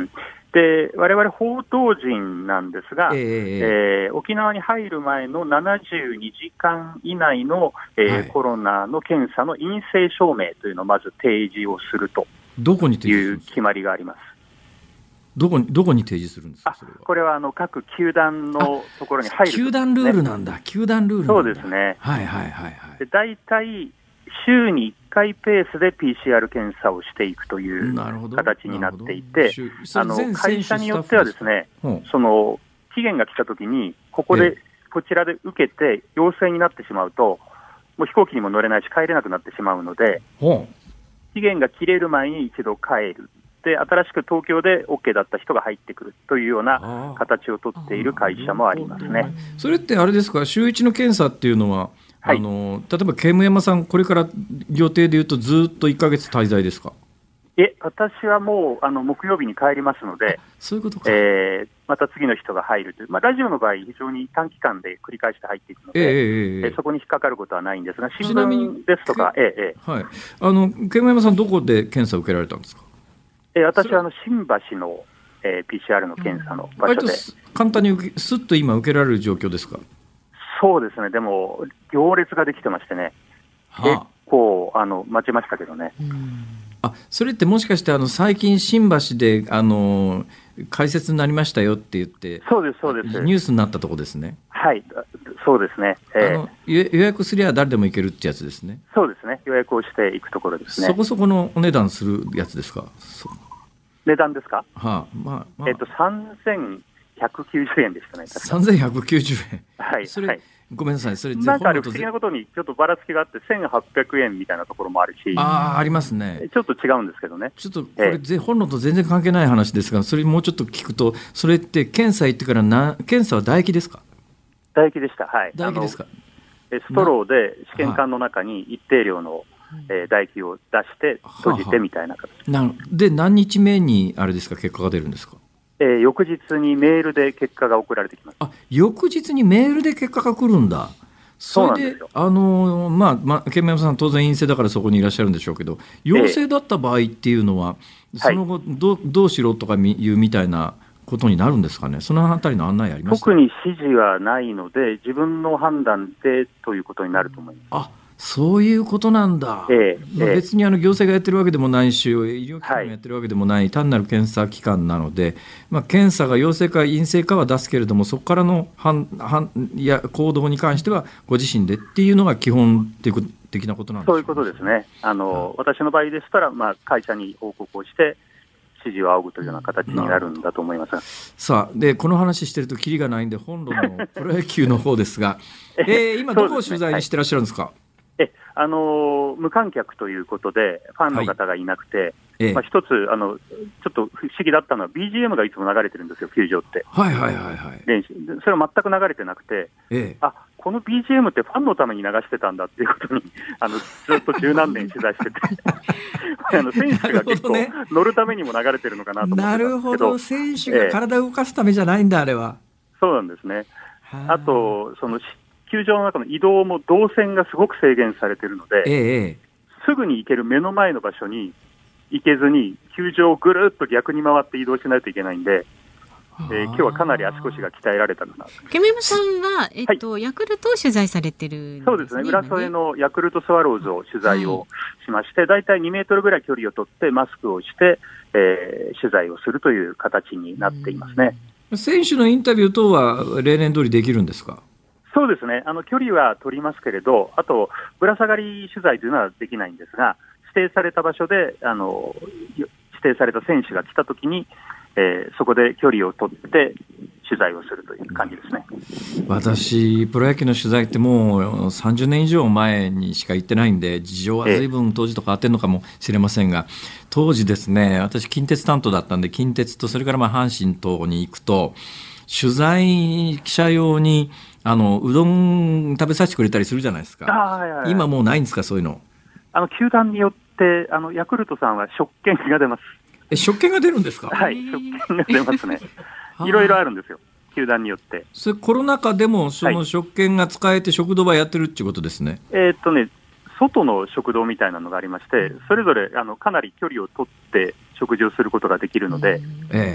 S3: で我々報道陣なんですが、え
S2: ー
S3: えー、沖縄に入る前のななじゅうにじかん以内の、えーはい、コロナの検査の陰性証明というのをまず提示をするという決まりがあります。
S2: どこにどこに提示するんですか。それは
S3: これはあの各球団のところに入る、ね、
S2: 球団ルールなんだ。球団ルールなんだ。
S3: そうですね。
S2: はいはいはいはい。
S3: で大体週にいっかいペースで ピーシーアール 検査をしていくという形になっていて、あの会社によってはですね、その期限が来たときにここで、こちらで受けて陽性になってしまうと、もう飛行機にも乗れないし帰れなくなってしまうので、期限が切れる前に一度帰る。で新しく東京で OK だった人が入ってくるというような形を取っている会社もありますね。
S2: それってあれですか、週いちの検査っていうのは、はい、あの例えばケムヤマさん、これから予定でいうとずっといっかげつ滞在ですか。
S3: え私はもうあの木曜日に帰りますので、
S2: そういうことか、
S3: えー、また次の人が入るという、まあ、ラジオの場合非常に短期間で繰り返して入っていくので、えーえー、そこに引っかかることはないんですが、新聞ですとか、えー
S2: はい、あのケムヤマさんどこで検査を受けられたんですか。
S3: えー、私はあの新橋の、えー、ピーシーアール の検査の場所で、
S2: 簡単に受けすっと今受けられる状況ですか。
S3: そうですね、でも行列ができてましてね、はあ、結構あの待ちましたけどね。
S2: あ、それってもしかしてあの最近新橋であの開設になりましたよって言って、
S3: そうですそうです、
S2: ニュースになったとこですね。
S3: はい、そうですね、えー、あの
S2: 予約すりゃ誰でも行けるってやつですね。
S3: そうですね、予約をしていくところですね。
S2: そこそこのお値段するやつですか。
S3: 値段ですか。は
S2: あ、まあまあ、
S3: えっとさんぜんひゃくきゅうじゅうえんでしたね。
S2: さんぜんひゃくきゅうじゅうえん。
S3: はい。
S2: それ、
S3: はい、
S2: ごめんなさい。それ
S3: なんかあれ不思議なことにちょっとばらつきがあってせんはっぴゃくえんみたいなところもあるし。
S2: ああ、ありますね。
S3: ちょっと違うんですけどね。
S2: ちょっとこれ、えー、本能と全然関係ない話ですが、それもうちょっと聞くと、それって検査行ってからな、検査は唾液ですか。
S3: 唾液でした。はい。
S2: 唾液ですか。
S3: ストローで試験管の中に一定量のえー、唾液を出して閉じてみたいな形、
S2: はあはあ、で何日目にあれですか、結果が出るんですか。
S3: えー、翌日にメールで結果が送られてきます。
S2: あ、翌日にメールで結果が来るんだ。それで、あのーまあまあ、ケンメヤマさん当然陰性だからそこにいらっしゃるんでしょうけど、陽性だった場合っていうのは、えー、その後どう、どうしろとかいうみたいなことになるんですかね。そのあたりの案内ありますか。
S3: 特に指示はないので自分の判断でということになると思います。
S2: あ、そういうことなんだ。ええまあ、別にあの行政がやってるわけでもないし、医療機関がやってるわけでもない、はい、単なる検査機関なので、まあ、検査が陽性か陰性かは出すけれども、そこからの判判や行動に関してはご自身でっていうのが基本的なことなんですか。
S3: そういうことですね。あの、はい、私の場合でしたら、まあ、会社に報告をして指示を仰ぐというような形になるんだと思いますが、
S2: さあでこの話してるとキリがないんで本論のプロ野球の方ですが、えー、今どこを取材にしてらっしゃるんですか。
S3: えあの無観客ということでファンの方がいなくて、はいまあ、一つあのちょっと不思議だったのは ビージーエム がいつも流れてるんですよ、球場って。
S2: はいはいはいはい。
S3: 練習それは全く流れてなくて、ええ、あこの ビージーエム ってファンのために流してたんだっていうことにあのずっと十何年取材しててあの選手が結構乗るためにも流れてるのかなと思ってたんですけど。なるほど、
S2: 選手が体を動かすためじゃないんだ、ええ、あれは。
S3: そうなんですね。あとその球場の中の移動も動線がすごく制限されているので、ええ、すぐに行ける目の前の場所に行けずに球場をぐるっと逆に回って移動しないといけないんで、えー、今日はかなり足腰が鍛えられたかな。
S1: ケムヤマさんは、えっとはい、ヤクルトを取材されてるんですね。
S3: そうですね、浦添のヤクルトスワローズを取材をしまして、だいたいにメートルぐらい距離を取ってマスクをして、えー、取材をするという形になっていますね。
S2: 選手のインタビュー等は例年通りできるんですか。
S3: そうですね、あの距離は取りますけれど、あとぶら下がり取材というのはできないんですが、指定された場所であの指定された選手が来たときに、えー、そこで距離を取って取材をするという感じですね。
S2: 私プロ野球の取材ってもうさんじゅうねん以上前にしか行ってないんで、事情は随分当時と変わってるのかもしれませんが、当時ですね、私近鉄担当だったんで、近鉄とそれからまあ阪神等に行くと取材記者用にあのうどん食べさせてくれたりするじゃないですか。あ、はいはいはい、今もうないんですか、そういうの。
S3: あの球団によってあのヤクルトさんは食券が出ます。
S2: え、食券が出るんですか。
S3: はい、食券が出ますね。いろいろあるんですよ、球団によって。
S2: それコロナ禍でもその食券が使えて食堂はやってるっていうことですね。
S3: はい、えー、っとね外の食堂みたいなのがありまして、それぞれあのかなり距離を取って食事をすることができるので、ええ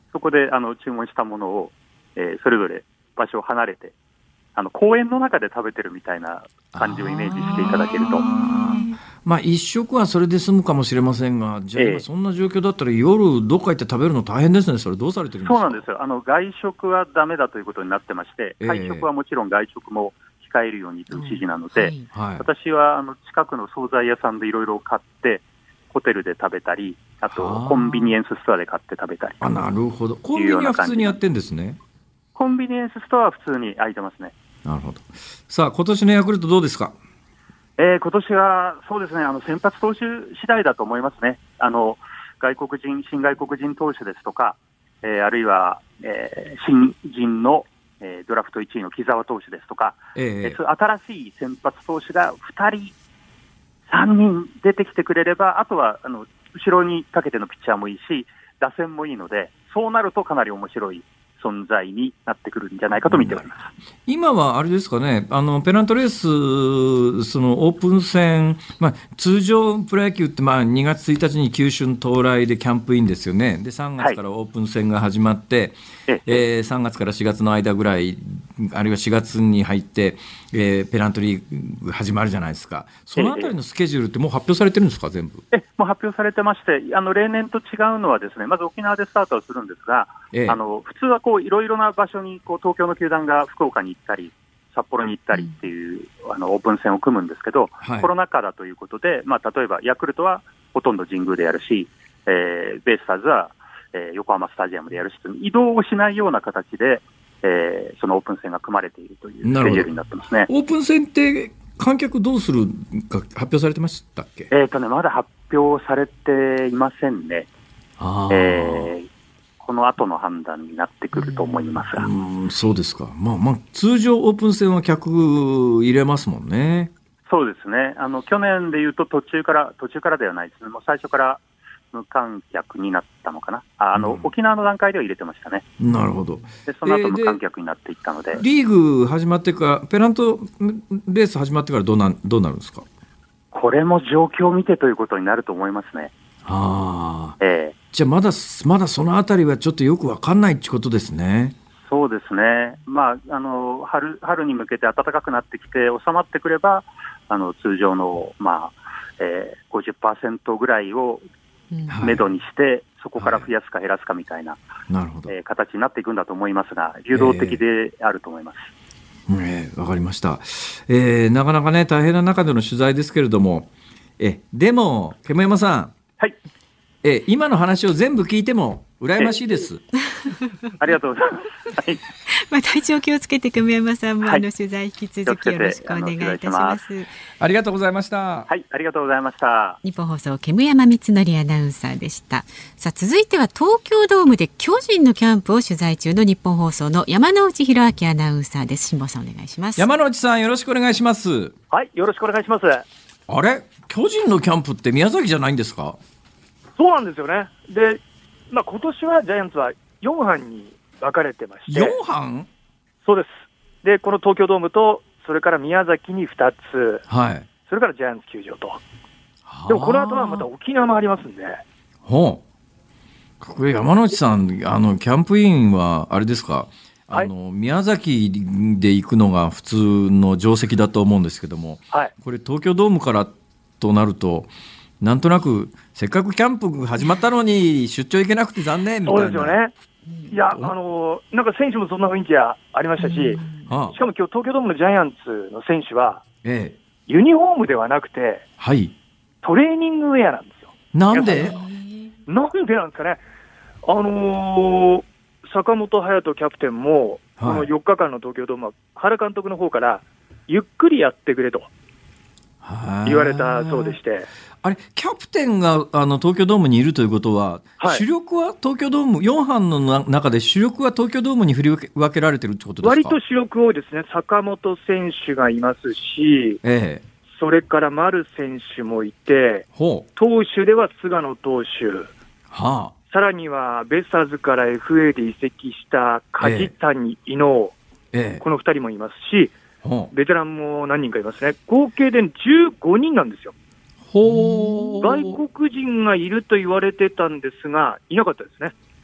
S3: そこであの注文したものを、えー、それぞれ場所を離れて、あの公園の中で食べてるみたいな感じをイメージしていただけると。
S2: まあ、一食はそれで済むかもしれませんが、じゃあ今そんな状況だったら夜どっか行って食べるの大変ですね。それどうされてるんですか？
S3: そうなんですよ。あの外食はダメだということになってまして、会食はもちろん外食も控えるようにという指示なので、うんはい、私はあの近くの惣菜屋さんでいろいろ買ってホテルで食べたり、あとコンビニエンスストアで買って食べたり。
S2: あ、なるほど。コンビニは普通にやってるんですね。
S3: コンビニエンスストアは普通に開いてますね。
S2: なるほど。さあ今年のヤクルトどうですか？
S3: えー、今年はそうですね、あの先発投手次第だと思いますね。あの外国人新外国人投手ですとか、えー、あるいは、えー、新人の、えー、ドラフトいちいの木澤投手ですとか、えー、新しい先発投手がふたりさんにん出てきてくれれば、あとはあの後ろにかけてのピッチャーもいいし打線もいいので、そうなるとかなり面白い存在になってくるんじゃないかと見ております。
S2: 今はあれですかね、あのペナントレース、そのオープン戦、まあ、通常プロ野球ってまあにがつついたちに球春到来でキャンプインですよね。でさんがつからオープン戦が始まって、はいえー、さんがつからしがつの間ぐらい、あるいはしがつに入って、えー、ペナントリーグ始まるじゃないですか。そのあたりのスケジュールってもう発表されてるんですか？全部
S3: えもう発表されてまして、あの例年と違うのはですね、まず沖縄でスタートはするんですが、ええ、あの普通はこういろいろな場所にこう東京の球団が福岡に行ったり札幌に行ったりっていう、うん、あのオープン戦を組むんですけど、はい、コロナ禍だということで、まあ、例えばヤクルトはほとんど神宮でやるし、えー、ベイスターズは、えー、横浜スタジアムでやるし、移動をしないような形で、えー、そのオープン戦が組まれているというスケジュールになってますね。
S2: オープン戦って観客どうするか発表されてましたっけ？
S3: えーとね、まだ発表されていませんね。あえーこの後の判断になってくると思いますが。
S2: うん、そうですか。まあまあ通常オープン戦は客入れますもんね。
S3: そうですね。あの去年でいうと途中から途中からではないですね。もう最初から無観客になったのかな。ああの、うん、沖縄の段階では入れてましたね。
S2: なるほど。
S3: でその後無観客になっていったので。で
S2: リーグ始まってからペナントレース始まってからどうなどうなるんですか？
S3: これも状況を見てということになると思いますね。
S2: ああ。ええ。じゃあまだまだそのあたりはちょっとよく分かんないってことですね。
S3: そうですね、まあ、あの 春, 春に向けて暖かくなってきて収まってくればあの通常の、まあえー、ごじゅっパーセント ぐらいをめどにして、うん、そこから増やすか減らすかみたいな、はいなるほどえー、形になっていくんだと思いますが、流動的であると思います。
S2: えーえー、わかりました、えー。なかなかね大変な中での取材ですけれども、えでも煙山さん、
S3: はい
S2: え今の話を全部聞いても羨ましいです。
S3: ありがとうございます。はい、
S1: まあ体調気をつけて煙山さんも、はい、あの取材引き続きよろしくお願いいたします。
S2: ありがとうございました。
S3: はい、ありがとうございました。
S1: 日本放送煙山光則アナウンサーでした。さあ続いては東京ドームで巨人のキャンプを取材中の日本放送の山内弘明アナウンサーです。辛坊さんお願いします。
S2: 山内さんよろしくお願いします。
S3: はい、よろしくお願いします。
S2: あれ巨人のキャンプって宮崎じゃないんですか？
S4: そうなんですよね。で、まあ、今年はジャイアンツはよん班に分かれてまして。
S2: よん班？
S4: そうです。で、この東京ドームと、それから宮崎にふたつ、
S2: はい、
S4: それからジャイアンツ球場と。でもこの後はまた沖縄もありますんで。
S2: ほう。これ山内さん、あのキャンプインはあれですか？あの、はい、宮崎で行くのが普通の定石だと思うんですけども、はい、これ東京ドームからとなると。なんとなくせっかくキャンプ始まったのに出張行けなくて残念みたいな。
S4: そうですよね。いや、あのなんか選手もそんな雰囲気がありましたし、しかも今日東京ドームのジャイアンツの選手は、ええ、ユニフォームではなくて、はい、トレーニングウェアなんですよ。
S2: なんで？
S4: なんでなんですかね。あのー、坂本勇人キャプテンも、はい、このよっかかんの東京ドームは原監督の方からゆっくりやってくれと言われたそうでして。
S2: あれキャプテンがあの東京ドームにいるということは、はい、主力は東京ドームよん班の中で主力は東京ドームに振り分けられてるってことですか？
S4: 割と主力多いですね。坂本選手がいますし、ええ、それから丸選手もいて、ほう投手では菅野投手、はあ、さらにはベイスターズから エフエー で移籍した梶谷、伊能、ええ、このふたりもいますし、ベテランも何人かいますね。合計でじゅうごにんなんですよ。ほ外国人がいると言われてたんですがいなかったですね。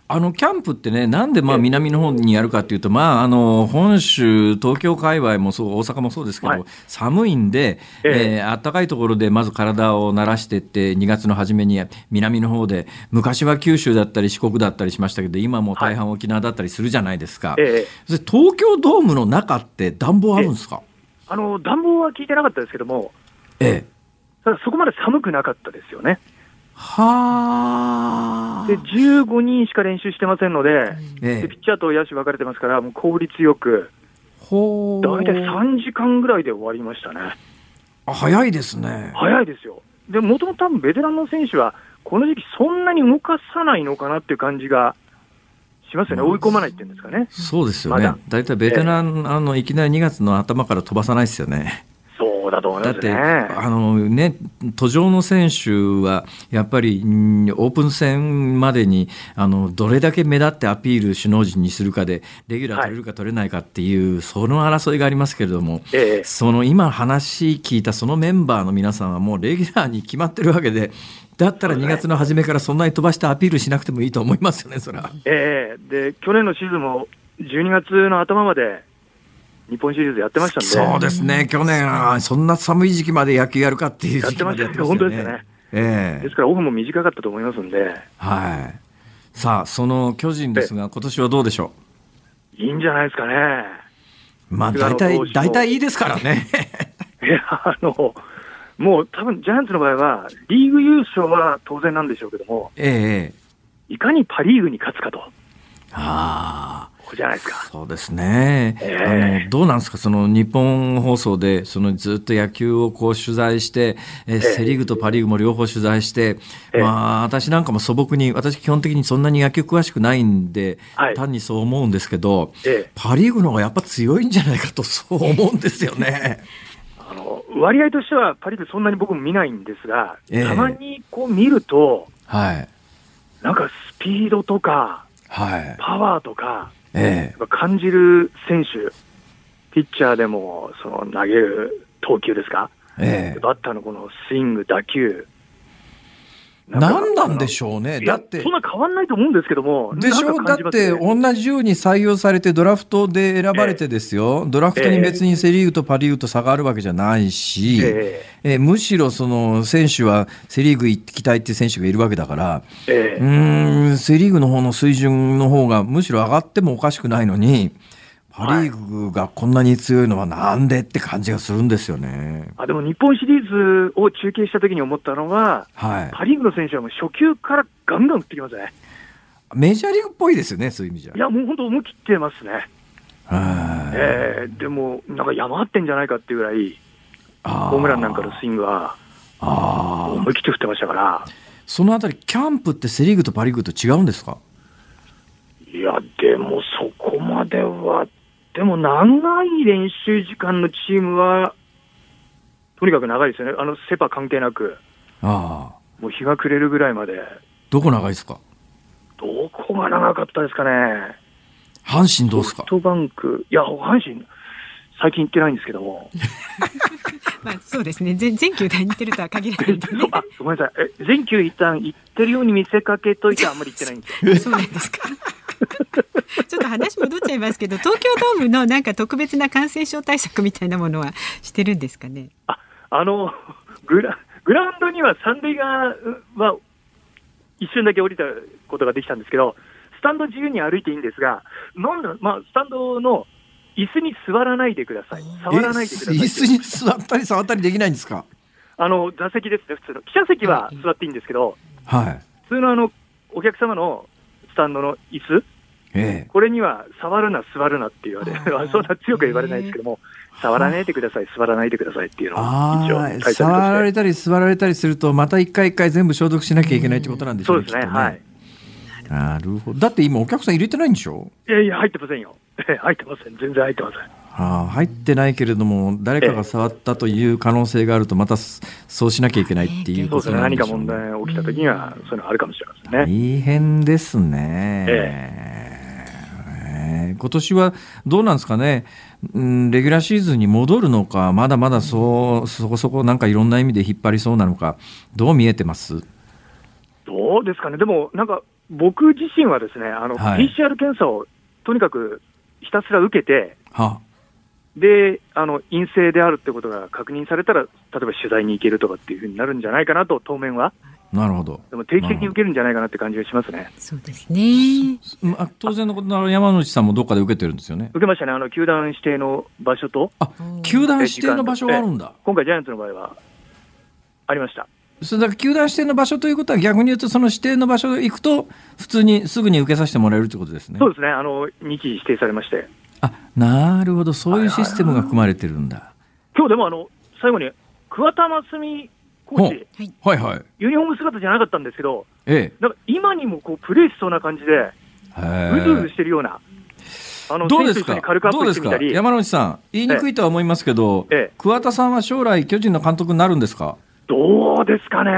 S2: あのキャンプってね、なんでまあ南の方にやるかっていうと、まあ、あの本州、東京界隈もそう大阪もそうですけど、はい、寒いんで、えー、暖かいところでまず体を慣らしていって、にがつの初めに南の方で、昔は九州だったり四国だったりしましたけど、今も大半沖縄だったりするじゃないですか、はい、東京ドームの中って暖房あるんですか？
S4: あの暖房は聞いてなかったですけども、
S2: ええ、
S4: ただそこまで寒くなかったですよね。
S2: は
S4: でじゅうごにんしか練習してませんので、
S2: ええ、
S4: でピッチャーと野手分かれてますから、もう効率よく、
S2: ほ
S4: だいたいさんじかんぐらいで終わりましたね。
S2: あ、早いですね。
S4: 早いですよ。でもともと多分ベテランの選手はこの時期そんなに動かさないのかなっていう感じがしますよね。追い込まないっていうんですかね。
S2: そうですよね。だいたいベテラン、ええ、あのいきなりにがつの頭から飛ばさないですよね。
S4: そうだと思いますね。
S2: だってあの、ね、途上の選手はやっぱりオープン戦までにあのどれだけ目立ってアピール首脳陣にするかでレギュラー取れるか取れないかっていう、はい、その争いがありますけれども、
S4: ええ、
S2: その今話聞いたそのメンバーの皆さんはもうレギュラーに決まってるわけで、だったらにがつの初めからそんなに飛ばしてアピールしなくてもいいと思いますよね。それは、
S4: ええ、で去年のシーズンもじゅうにがつの頭まで日本シリーズやってましたんで。
S2: そうですね、去年そんな寒い時期まで野球やるかっていう時期までやってましたよね。
S4: 本当ですよね、
S2: ええ、
S4: ですからオフも短かったと思いますんで、
S2: はい、さあその巨人ですが今年はどうでしょ
S4: う？いいんじゃないですかね。
S2: まあ大体大体いいですからね
S4: いやあのもう多分ジャイアンツの場合はリーグ優勝は当然なんでしょうけども、
S2: え
S4: え、いかにパリーグに勝つかと。
S2: ああ、
S4: ここじゃないですか。
S2: そうですね、
S4: えー、
S2: あのどうなんですか、その日本放送でそのずっと野球をこう取材して、えー、セリーグとパリーグも両方取材して、えーまあ、私なんかも素朴に、私基本的にそんなに野球詳しくないんで、はい、単にそう思うんですけど、えー、パリーグの方がやっぱ強いんじゃないかとそう思うんですよね。
S4: あの割合としてはパリーグそんなに僕も見ないんですが、えー、たまにこう見ると、
S2: はい、
S4: なんかスピードとか、
S2: はい、
S4: パワーとか、
S2: ええ、
S4: 感じる選手、ピッチャーでもその投げる投球ですか、ええ、バッターのこのスイング、打球、
S2: 何なんでしょうね。だって
S4: そんな変わんないと思うんですけども、
S2: でしょ、だって同じように採用されてドラフトで選ばれてですよ、ええ、ドラフトに別にセリーグとパリーグと差があるわけじゃないし、えええむしろその選手はセリーグ行きたいっていう選手がいるわけだから、ええ、うーんセリーグの方の水準の方がむしろ上がってもおかしくないのに、パリーグがこんなに強いのはなんでって感じがするんですよね。
S4: あでも日本シリーズを中継した時に思ったのは、はい、パリーグの選手はもう初球からガンガン打ってきますね。
S2: メジャーリーグっぽいですよね、そういう意味じゃ。
S4: いやもう本当思い切ってますね。えー、でもなんか山あってんじゃないかっていうぐらいホームランなんかのスイングはあ思い切って振ってましたから。
S2: そのあたりキャンプってセリーグとパリーグと違うんですか？
S4: いやでもそこまでは。でも長い練習時間のチームはとにかく長いですよね。あのセパ関係なく、あもう日が暮れるぐらいまで。
S2: どこ長いですか？
S4: どこが長かったですかね。
S2: 阪神どうですか？
S4: ソフトバンク、いや阪神最近行ってないんですけども
S1: まあそうですね、全球団に行ってるとは限らないんでね
S4: あごめんなさい、え全球一旦行ってるように見せかけといてあんまり行ってないんですよ
S1: そうなんですかちょっと話戻っちゃいますけど、東京ドームのなんか特別な感染症対策みたいなものはしてるんですかね。
S4: ああのグラ、グラウンドには三塁側は一瞬だけ降りたことができたんですけど、スタンド自由に歩いていいんですが、なんだ、まあ、スタンドの椅子に座らないでください、触らないでください。
S2: 椅子に座ったり触ったりできないんですか？
S4: あの座席ですね、普通の記者席は座っていいんですけど、
S2: はい、
S4: 普通のあのお客様のスタンドの椅子、ええ、これには触るな座るなって言われるそんな強く言われないですけども、触らないでください座らないでくださいっていうのを一応対策として。
S2: 触られたり座られたりするとまた一回一回全部消毒しなきゃいけないってことなんでしょうね。
S4: そうですね、はい。
S2: なるほど。だって今お客さん入れてないんでしょ？
S4: いやいや入ってませんよ入ってません、全然入ってません。
S2: あ入ってないけれども誰かが触ったという可能性があるとまたそうしなきゃいけないっていうことなんでしょうね。
S4: そうですね、何か問題起きた時にはそういうのあるかもしれませんね。
S2: 大変ですね、えええー、今年はどうなんですかね、うん、レギュラーシーズンに戻るのか、まだまだそうそこそこなんかいろんな意味で引っ張りそうなのか、どう見えてます？
S4: どうですかね。でもなんか僕自身はですね、あの、はい、ピーシーアール 検査をとにかくひたすら受けて、はで、あの陰性であるってことが確認されたら、例えば取材に行けるとかっていうふうになるんじゃないかなと、当面は。
S2: なるほど。
S4: でも定期的に受けるんじゃないかなって感じがしますね。
S1: そうですね。
S2: まあ、当然のことながら山内さんもどっかで受けてるんですよね。
S4: 受けましたね。あの球団指定の場所と。
S2: あ、球団指定の場所があるんだ。
S4: 今回ジャイアンツの場合はありました。
S2: それだから球団指定の場所ということは、逆に言うとその指定の場所に行くと普通にすぐに受けさせてもらえるということですね。
S4: そうですね。あの日時指定されまして。
S2: あ、なるほど、そういうシステムが組まれてるんだ。はいはいはい、
S4: 今日でもあの最後に桑田真澄コーチ、
S2: はいはい、
S4: ユニフォーム姿じゃなかったんですけど、
S2: ええ、
S4: なんか今にもこうプレーしそうな感じでうずうずしてるような。
S2: あのどうですか、どうですか山内さん、言いにくいとは思いますけど、ええ、桑田さんは将来巨人の監督になるんですか？
S4: どうですかね。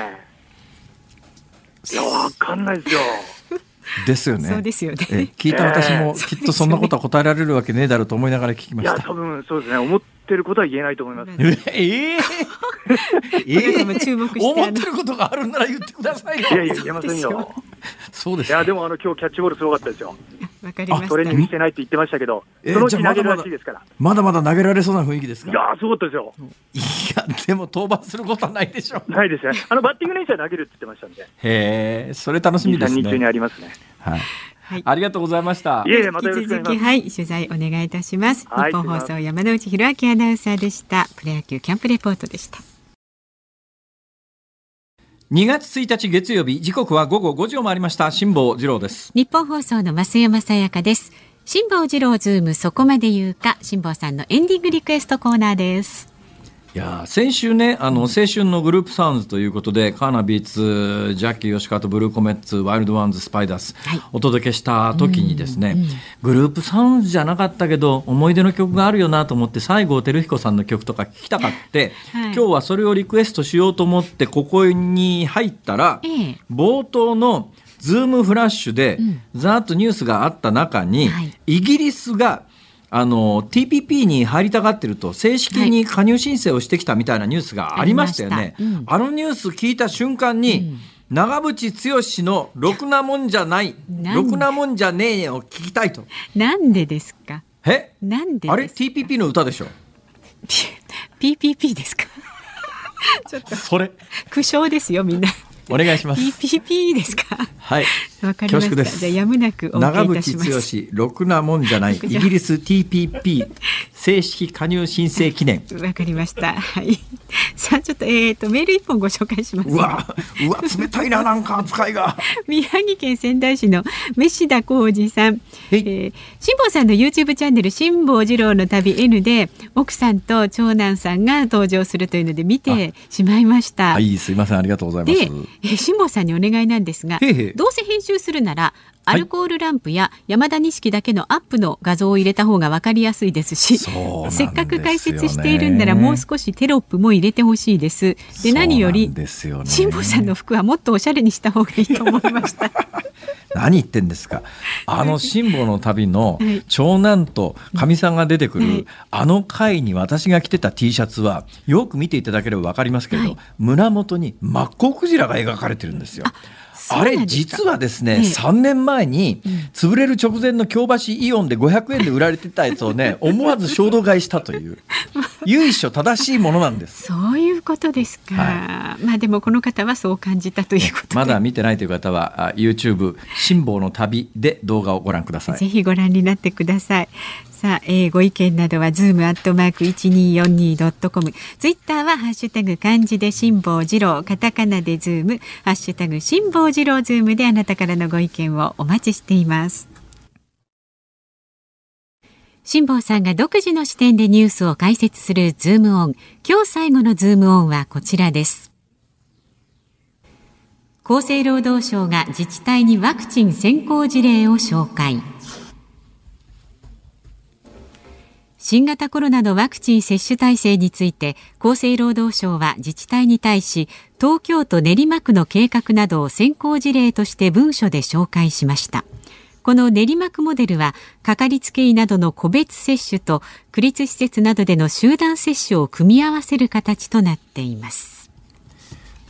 S4: いや、わかんないですよ。
S1: ですよ
S2: ね。
S1: そうですよね。
S2: え聞いた私もきっとそんなことは答えられるわけねえだろうと思いながら聞きました。
S4: いや、多分そうですね。思ってることは言えないと思います。
S2: えー、えー、注目して思ってることがあるなら言ってくださいよ。
S4: いやいや、言えませんよ。
S2: そうです。
S4: いや、でもあの今日キャッチボールすごかったですよ。
S1: わかりました。
S4: トレーニングしてないって言ってましたけど、そのうち投げるらしいですから。
S2: まだまだ投げられそうな雰囲気ですか？
S4: いや、すごかったですよ。
S2: いや、でも登板することはないでしょう。
S4: ないですね。あのバッティング練習は投げるって言ってましたんで。
S2: へえ、それ楽しみですね。
S4: に、さんにち中にありますね。
S2: はい。はい、ありがとうございました。
S4: いえいえ、またよろしくお願いします。
S1: はい、取材お願いいたします。はい、日本放送山内弘明アナウンサーでした。プロ野球キャンプレポートでした。
S2: にがつついたち月曜日、時刻はごごごじを回りました。辛坊治郎です。
S1: 日本放送の増山さやかです。辛坊治郎ズームそこまで言うか、辛坊さんのエンディングリクエストコーナーです。
S2: いや先週ね、あの青春のグループサウンズということで、カーナビーツ、ジャッキー吉川とブルーコメッツ、ワイルドワンズ、スパイダース、はい、お届けした時にですね、うんうん、グループサウンズじゃなかったけど思い出の曲があるよなと思って、西郷輝彦さんの曲とか聞きたかって、はい、今日はそれをリクエストしようと思ってここに入ったら、ええ、冒頭のズームフラッシュで、うん、ざーっとニュースがあった中に、はい、イギリスがあの ティーピーピー に入りたがってると正式に加入申請をしてきたみたいなニュースがありましたよね。はい、あ, うん、あのニュース聞いた瞬間に、うん、長渕剛のろくなもんじゃないろくなもんじゃねえを聞きたいと。
S1: なんでですか？
S2: え
S1: なんでですか？
S2: あれ ティーピーピー の歌でしょ。
S1: ピーピーピー ですか？ちょっと
S2: それ
S1: 苦笑ですよみんな。
S2: お願いします。
S1: ピーピーピー ですか？
S2: はい、
S1: わかりました。じゃあやむなくお受けいたします。
S2: 長渕剛ろくなもんじゃないイギリス ティーピーピー 正式加入申請記念。
S1: わかりました。はい。さあちょっと、えー、とメール一本ご紹介します。
S2: うわうわ冷たいな、なんか扱いが。
S1: 宮城県仙台市の飯田浩二さん、えー、辛坊さんの YouTube チャンネル辛坊治郎の旅 N で奥さんと長男さんが登場するというので見てしまいました。
S2: はい、すいません、ありがとうございます。
S1: で、えー、辛坊さんにお願いなんですが、へーへーどうせ編集するならアルコールランプや山田錦だけのアップの画像を入れた方が分かりやすいですし、せっかく解説しているんならもう少しテロップも入れてほしいです。で、何より辛坊さんの服はもっとおしゃれにした方がいいと思いました。
S2: 何言ってんですか。あの辛坊の旅の長男とかみさんが出てくる、はい、あの回に私が着てた T シャツはよく見ていただければ分かりますけれど、はい、胸元にマッコウクジラが描かれてるんですよ。あれ実はですね、ええ、さんねんまえに潰れる直前の京橋イオンでごひゃくえんで売られてたやつをね思わず衝動買いしたという由緒正しいものなんです。
S1: そういうことですか、はい、まあでもこの方はそう感じたということで、
S2: まだ見てないという方は YouTube 辛坊の旅で動画をご覧ください。
S1: ぜひご覧になってください。さあ、えー、ご意見などは ズーム アットマーク いちにーよんにー ドットコム、 ツイッターはハッシュタグ漢字で辛坊治郎、カタカナでズーム、ハッシュタグ辛坊治郎ズームであなたからのご意見をお待ちしています。辛坊さんが独自の視点でニュースを解説するズームオン。今日最後のズームオンはこちらです。厚生労働省が自治体にワクチン先行事例を紹介。新型コロナのワクチン接種体制について厚生労働省は自治体に対し、東京都練馬区の計画などを先行事例として文書で紹介しました。この練馬区モデルはかかりつけ医などの個別接種と区立施設などでの集団接種を組み合わせる形となっています。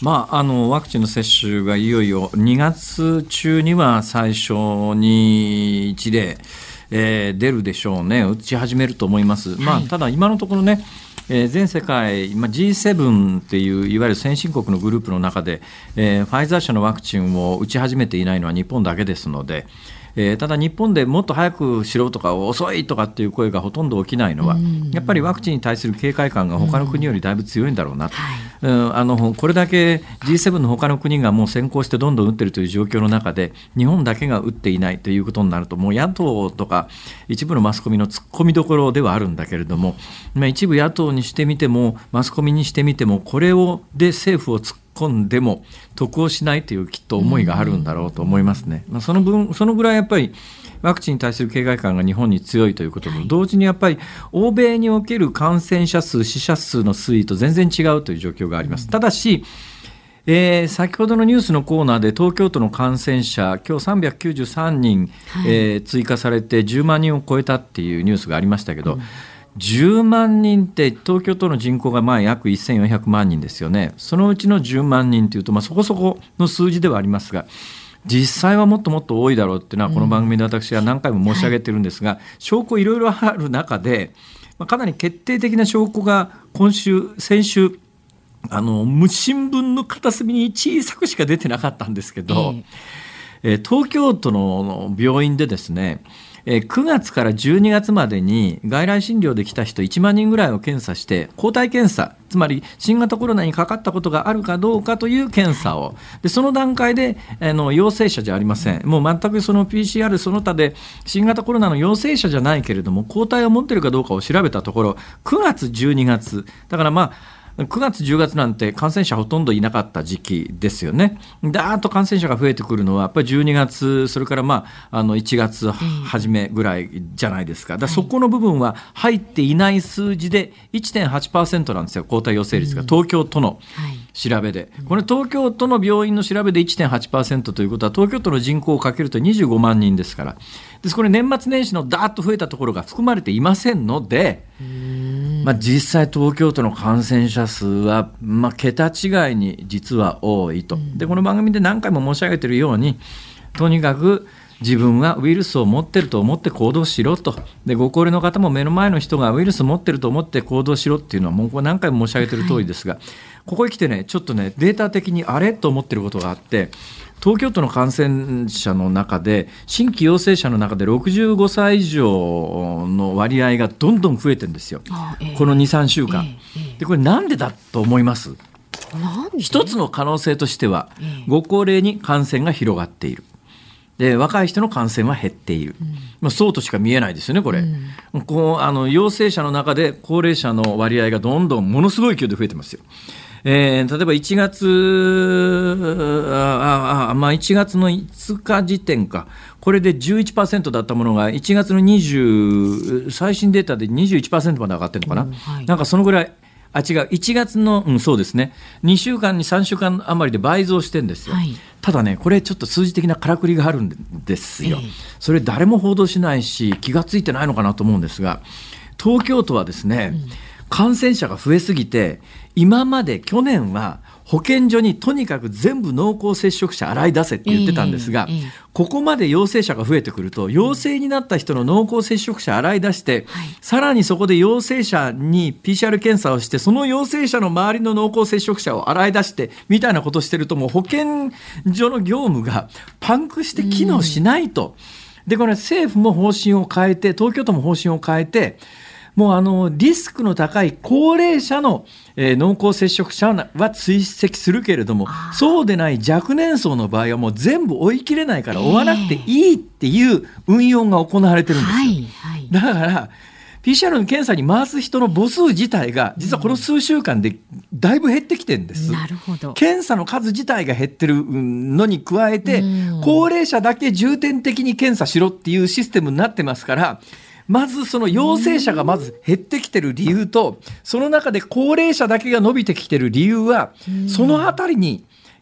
S2: まあ、あのワクチンの接種がいよいよにがつ中には最初に一例、えー、出るでしょうね。打ち始めると思います、はい。まあ、ただ今のところね、えー、全世界、まあ、ジーセブン っていういわゆる先進国のグループの中で、えー、ファイザー社のワクチンを打ち始めていないのは日本だけですので、えー、ただ日本でもっと早くしろとか遅いとかっていう声がほとんど起きないのは、やっぱりワクチンに対する警戒感が他の国よりだいぶ強いんだろうなと、うん、はい、あのこれだけ ジーセブン の他の国がもう先行してどんどん打っているという状況の中で日本だけが打っていないということになると、もう野党とか一部のマスコミの突っ込みどころではあるんだけれども、まあ、一部野党にしてみてもマスコミにしてみてもこれをで政府を突っ込んでも得をしないというきっと思いがあるんだろうと思いますね。まあ、その分そのぐらいやっぱりワクチンに対する警戒感が日本に強いということと同時にやっぱり欧米における感染者数死者数の推移と全然違うという状況があります。ただし、えー、先ほどのニュースのコーナーで東京都の感染者今日さんびゃくきゅうじゅうさんにん、はい、えー、追加されてじゅうまんにんを超えたっていうニュースがありましたけど、うん、じゅうまんにんって東京都の人口がまあ約せんよんひゃくまんにんですよね。そのうちのじゅうまんにんというとまあそこそこの数字ではありますが、実際はもっともっと多いだろうっていうのはこの番組で私は何回も申し上げてるんですが、うん、はい、証拠いろいろある中で、まあ、かなり決定的な証拠が今週先週あの新聞の片隅に小さくしか出てなかったんですけど、えー、東京都の病院でですね、くがつからじゅうにがつまでに外来診療で来た人いちまんにんぐらいを検査して抗体検査、つまり新型コロナにかかったことがあるかどうかという検査を、でその段階であの陽性者じゃありません。もう全くその ピーシーアール その他で新型コロナの陽性者じゃないけれども抗体を持っているかどうかを調べたところくがつじゅうにがつだからまあくがつじゅうがつなんて感染者ほとんどいなかった時期ですよね。だーっと感染者が増えてくるのはやっぱりじゅうにがつ、それからまああのいちがつ初めぐらいじゃないですか。だからそこの部分は入っていない数字で いってんはちパーセント なんですよ、抗体陽性率が東京都の調べで。これ東京都の病院の調べで いってんはちパーセント ということは東京都の人口をかけるとにじゅうごまんにんですから、ですこれ年末年始のダーッと増えたところが含まれていませんので、まあ、実際東京都の感染者数は、まあ、桁違いに実は多いと。でこの番組で何回も申し上げているように、とにかく自分はウイルスを持っていると思って行動しろと。でご高齢の方も目の前の人がウイルスを持っていると思って行動しろっていうのはもうこれ何回も申し上げている通りですが、はい、ここへ来てねちょっとねデータ的にあれと思っていることがあって、東京都の感染者の中で新規陽性者の中でろくじゅうごさい以上の割合がどんどん増えてるんですよ、えー、この にさんしゅうかん、えー、でこれなんでだと思います？一つの可能性としては、えー、ご高齢に感染が広がっている、で若い人の感染は減っている、うん、まあ、そうとしか見えないですよねこれ、うん、こうあの陽性者の中で高齢者の割合がどんどんものすごい勢いで増えてますよ。えー、例えばいちがつああ、まあ、いちがつのいつか時点か、これで じゅういちパーセント だったものがいちがつのにじゅう最新データで にじゅういちパーセント まで上がってるのかな、うん、はい、なんかそのぐらい、あ違ういちがつの、うん、そうですね、にしゅうかんにさんしゅうかん余りで倍増してるんですよ、はい、ただねこれちょっと数字的なからくりがあるんですよ、えー、それ誰も報道しないし気がついてないのかなと思うんですが、東京都はですね、うん、感染者が増えすぎて今まで去年は保健所にとにかく全部濃厚接触者洗い出せって言ってたんですが、えーえー、ここまで陽性者が増えてくると陽性になった人の濃厚接触者洗い出して、はい、さらにそこで陽性者に ピーシーアール 検査をしてその陽性者の周りの濃厚接触者を洗い出してみたいなことをしてると、もう保健所の業務がパンクして機能しないと、うん、でこれ政府も方針を変えて東京都も方針を変えて、もうあのリスクの高い高齢者の、えー、濃厚接触者は追跡するけれども、そうでない若年層の場合はもう全部追い切れないから追わなくていいっていう運用が行われてるんですよ、はいはい、だから ピーシーアール の検査に回す人の母数自体が実はこの数週間でだいぶ減ってきてるんです、うん、なるほど。検査の数自体が減ってるのに加えて、うん、高齢者だけ重点的に検査しろっていうシステムになってますから、まずその陽性者がまず減ってきてる理由と、その中で高齢者だけが伸びてきてる理由は、そのあたりに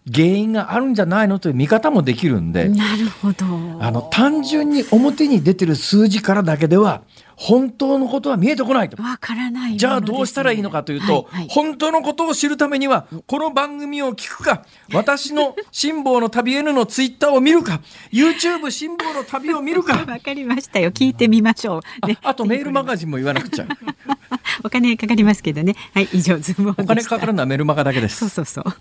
S2: 原因があるんじゃないのという見方もできるんで、
S1: なるほど。
S2: あの単純に表に出てる数字からだけでは本当のことは見えてこないと。
S1: わからないものですね。
S2: じゃあどうしたらいいのかというと、はいはい、本当のことを知るためにはこの番組を聞くか、私の辛坊の旅 N のツイッターを見るか、 YouTube 辛坊の旅を見るか。
S1: わかりましたよ、聞いてみましょう、ね、
S2: あ, あとメールマガジンも言わなくちゃ
S1: お金かかりますけどね。はい、以上ズームオンでした。
S2: お金かかるのはメルマガだけです。
S1: そうそうそう。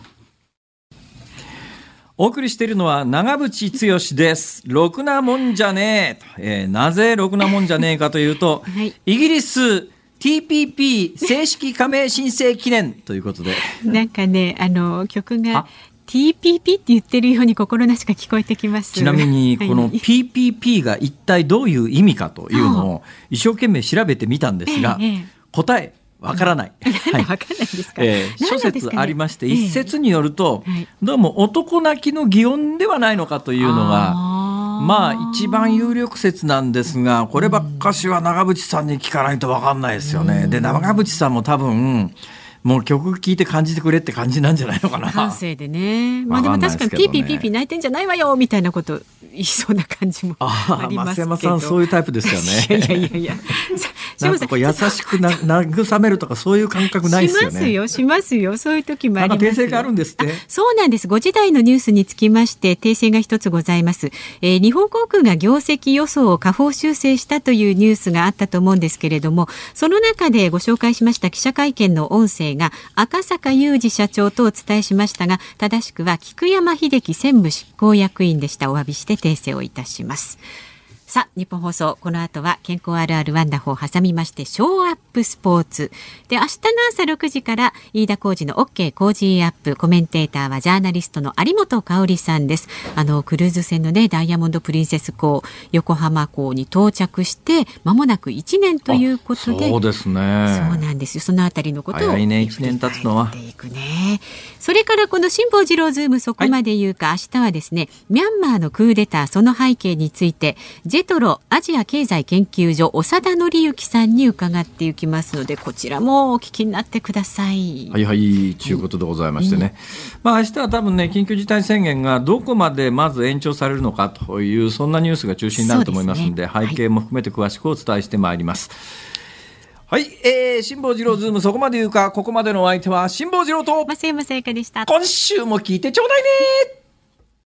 S2: お送りしているのは長渕剛です。ろくなもんじゃねえ、えー、なぜろくなもんじゃねえかというと、はい、イギリス ティーピーピー 正式加盟申請記念ということで
S1: なんかね、あの曲が ティーピーピー って言ってるように心なしか聞こえてきます。
S2: ちなみにこの ピーピーピー が一体どういう意味かというのを一生懸命調べてみたんですが、ええ、答えわからない。
S1: はい、わからないですか。
S2: えー、諸説ありまして、一説によると、えーはい、どうも男泣きの擬音ではないのかというのが、あまあ一番有力説なんですが、こればっかしは長渕さんに聞かないとわかんないですよね。で、長渕さんも多分もう曲聴いて感じてくれって感じなんじゃないのかな。
S1: 感性でね。まあでも確かにピーピーピーピー泣いてんじゃないわよみたいなこと言いそうな感じもありますけど。
S2: 増山さんそういうタイプですよね。
S1: いやいやいやいや。
S2: なんかこう優しくな慰めるとかそういう感覚ないですよね。
S1: しますよ、しますよ。そういう時もありますよ。
S2: なんか訂正があるんですって。
S1: そうなんです。ごじ台のニュースにつきまして訂正が一つございます。えー、日本航空が業績予想を下方修正したというニュースがあったと思うんですけれども、その中でご紹介しました記者会見の音声が赤坂雄二社長とお伝えしましたが、正しくは菊山秀樹専務執行役員でした。お詫びして訂正をいたします。さあ、日本放送、この後は健康あるあるワンダホーを挟みましてショーアップスポーツで、明日の朝ろくじから飯田浩司の OK 工事アップ、コメンテーターはジャーナリストの有本香里さんです。あのクルーズ船のね、ダイヤモンドプリンセス号横浜港に到着して間もなくいちねんということで、
S2: そうですね、
S1: そうなんですよ。そのあたりのことを
S2: 早いね、いちねん経つのは。
S1: それからこの辛坊治郎ズームそこまで言うか、はい、明日はですね、ミャンマーのクーデター、その背景についてジェトロアジア経済研究所長田紀之さんに伺っていきますので、こちらもお聞きになってください。
S2: はいはい、ということでございましてね、うん、まあ、明日は多分ね、緊急事態宣言がどこまでまず延長されるのかという、そんなニュースが中心になると思いますので、背景も含めて詳しくお伝えしてまいります。はい、えー、辛坊治郎ズームそこまで言うか、ここまでのお相手は辛坊治郎と
S1: 増山さやかでした。
S2: 今週も聞いてちょうだいね。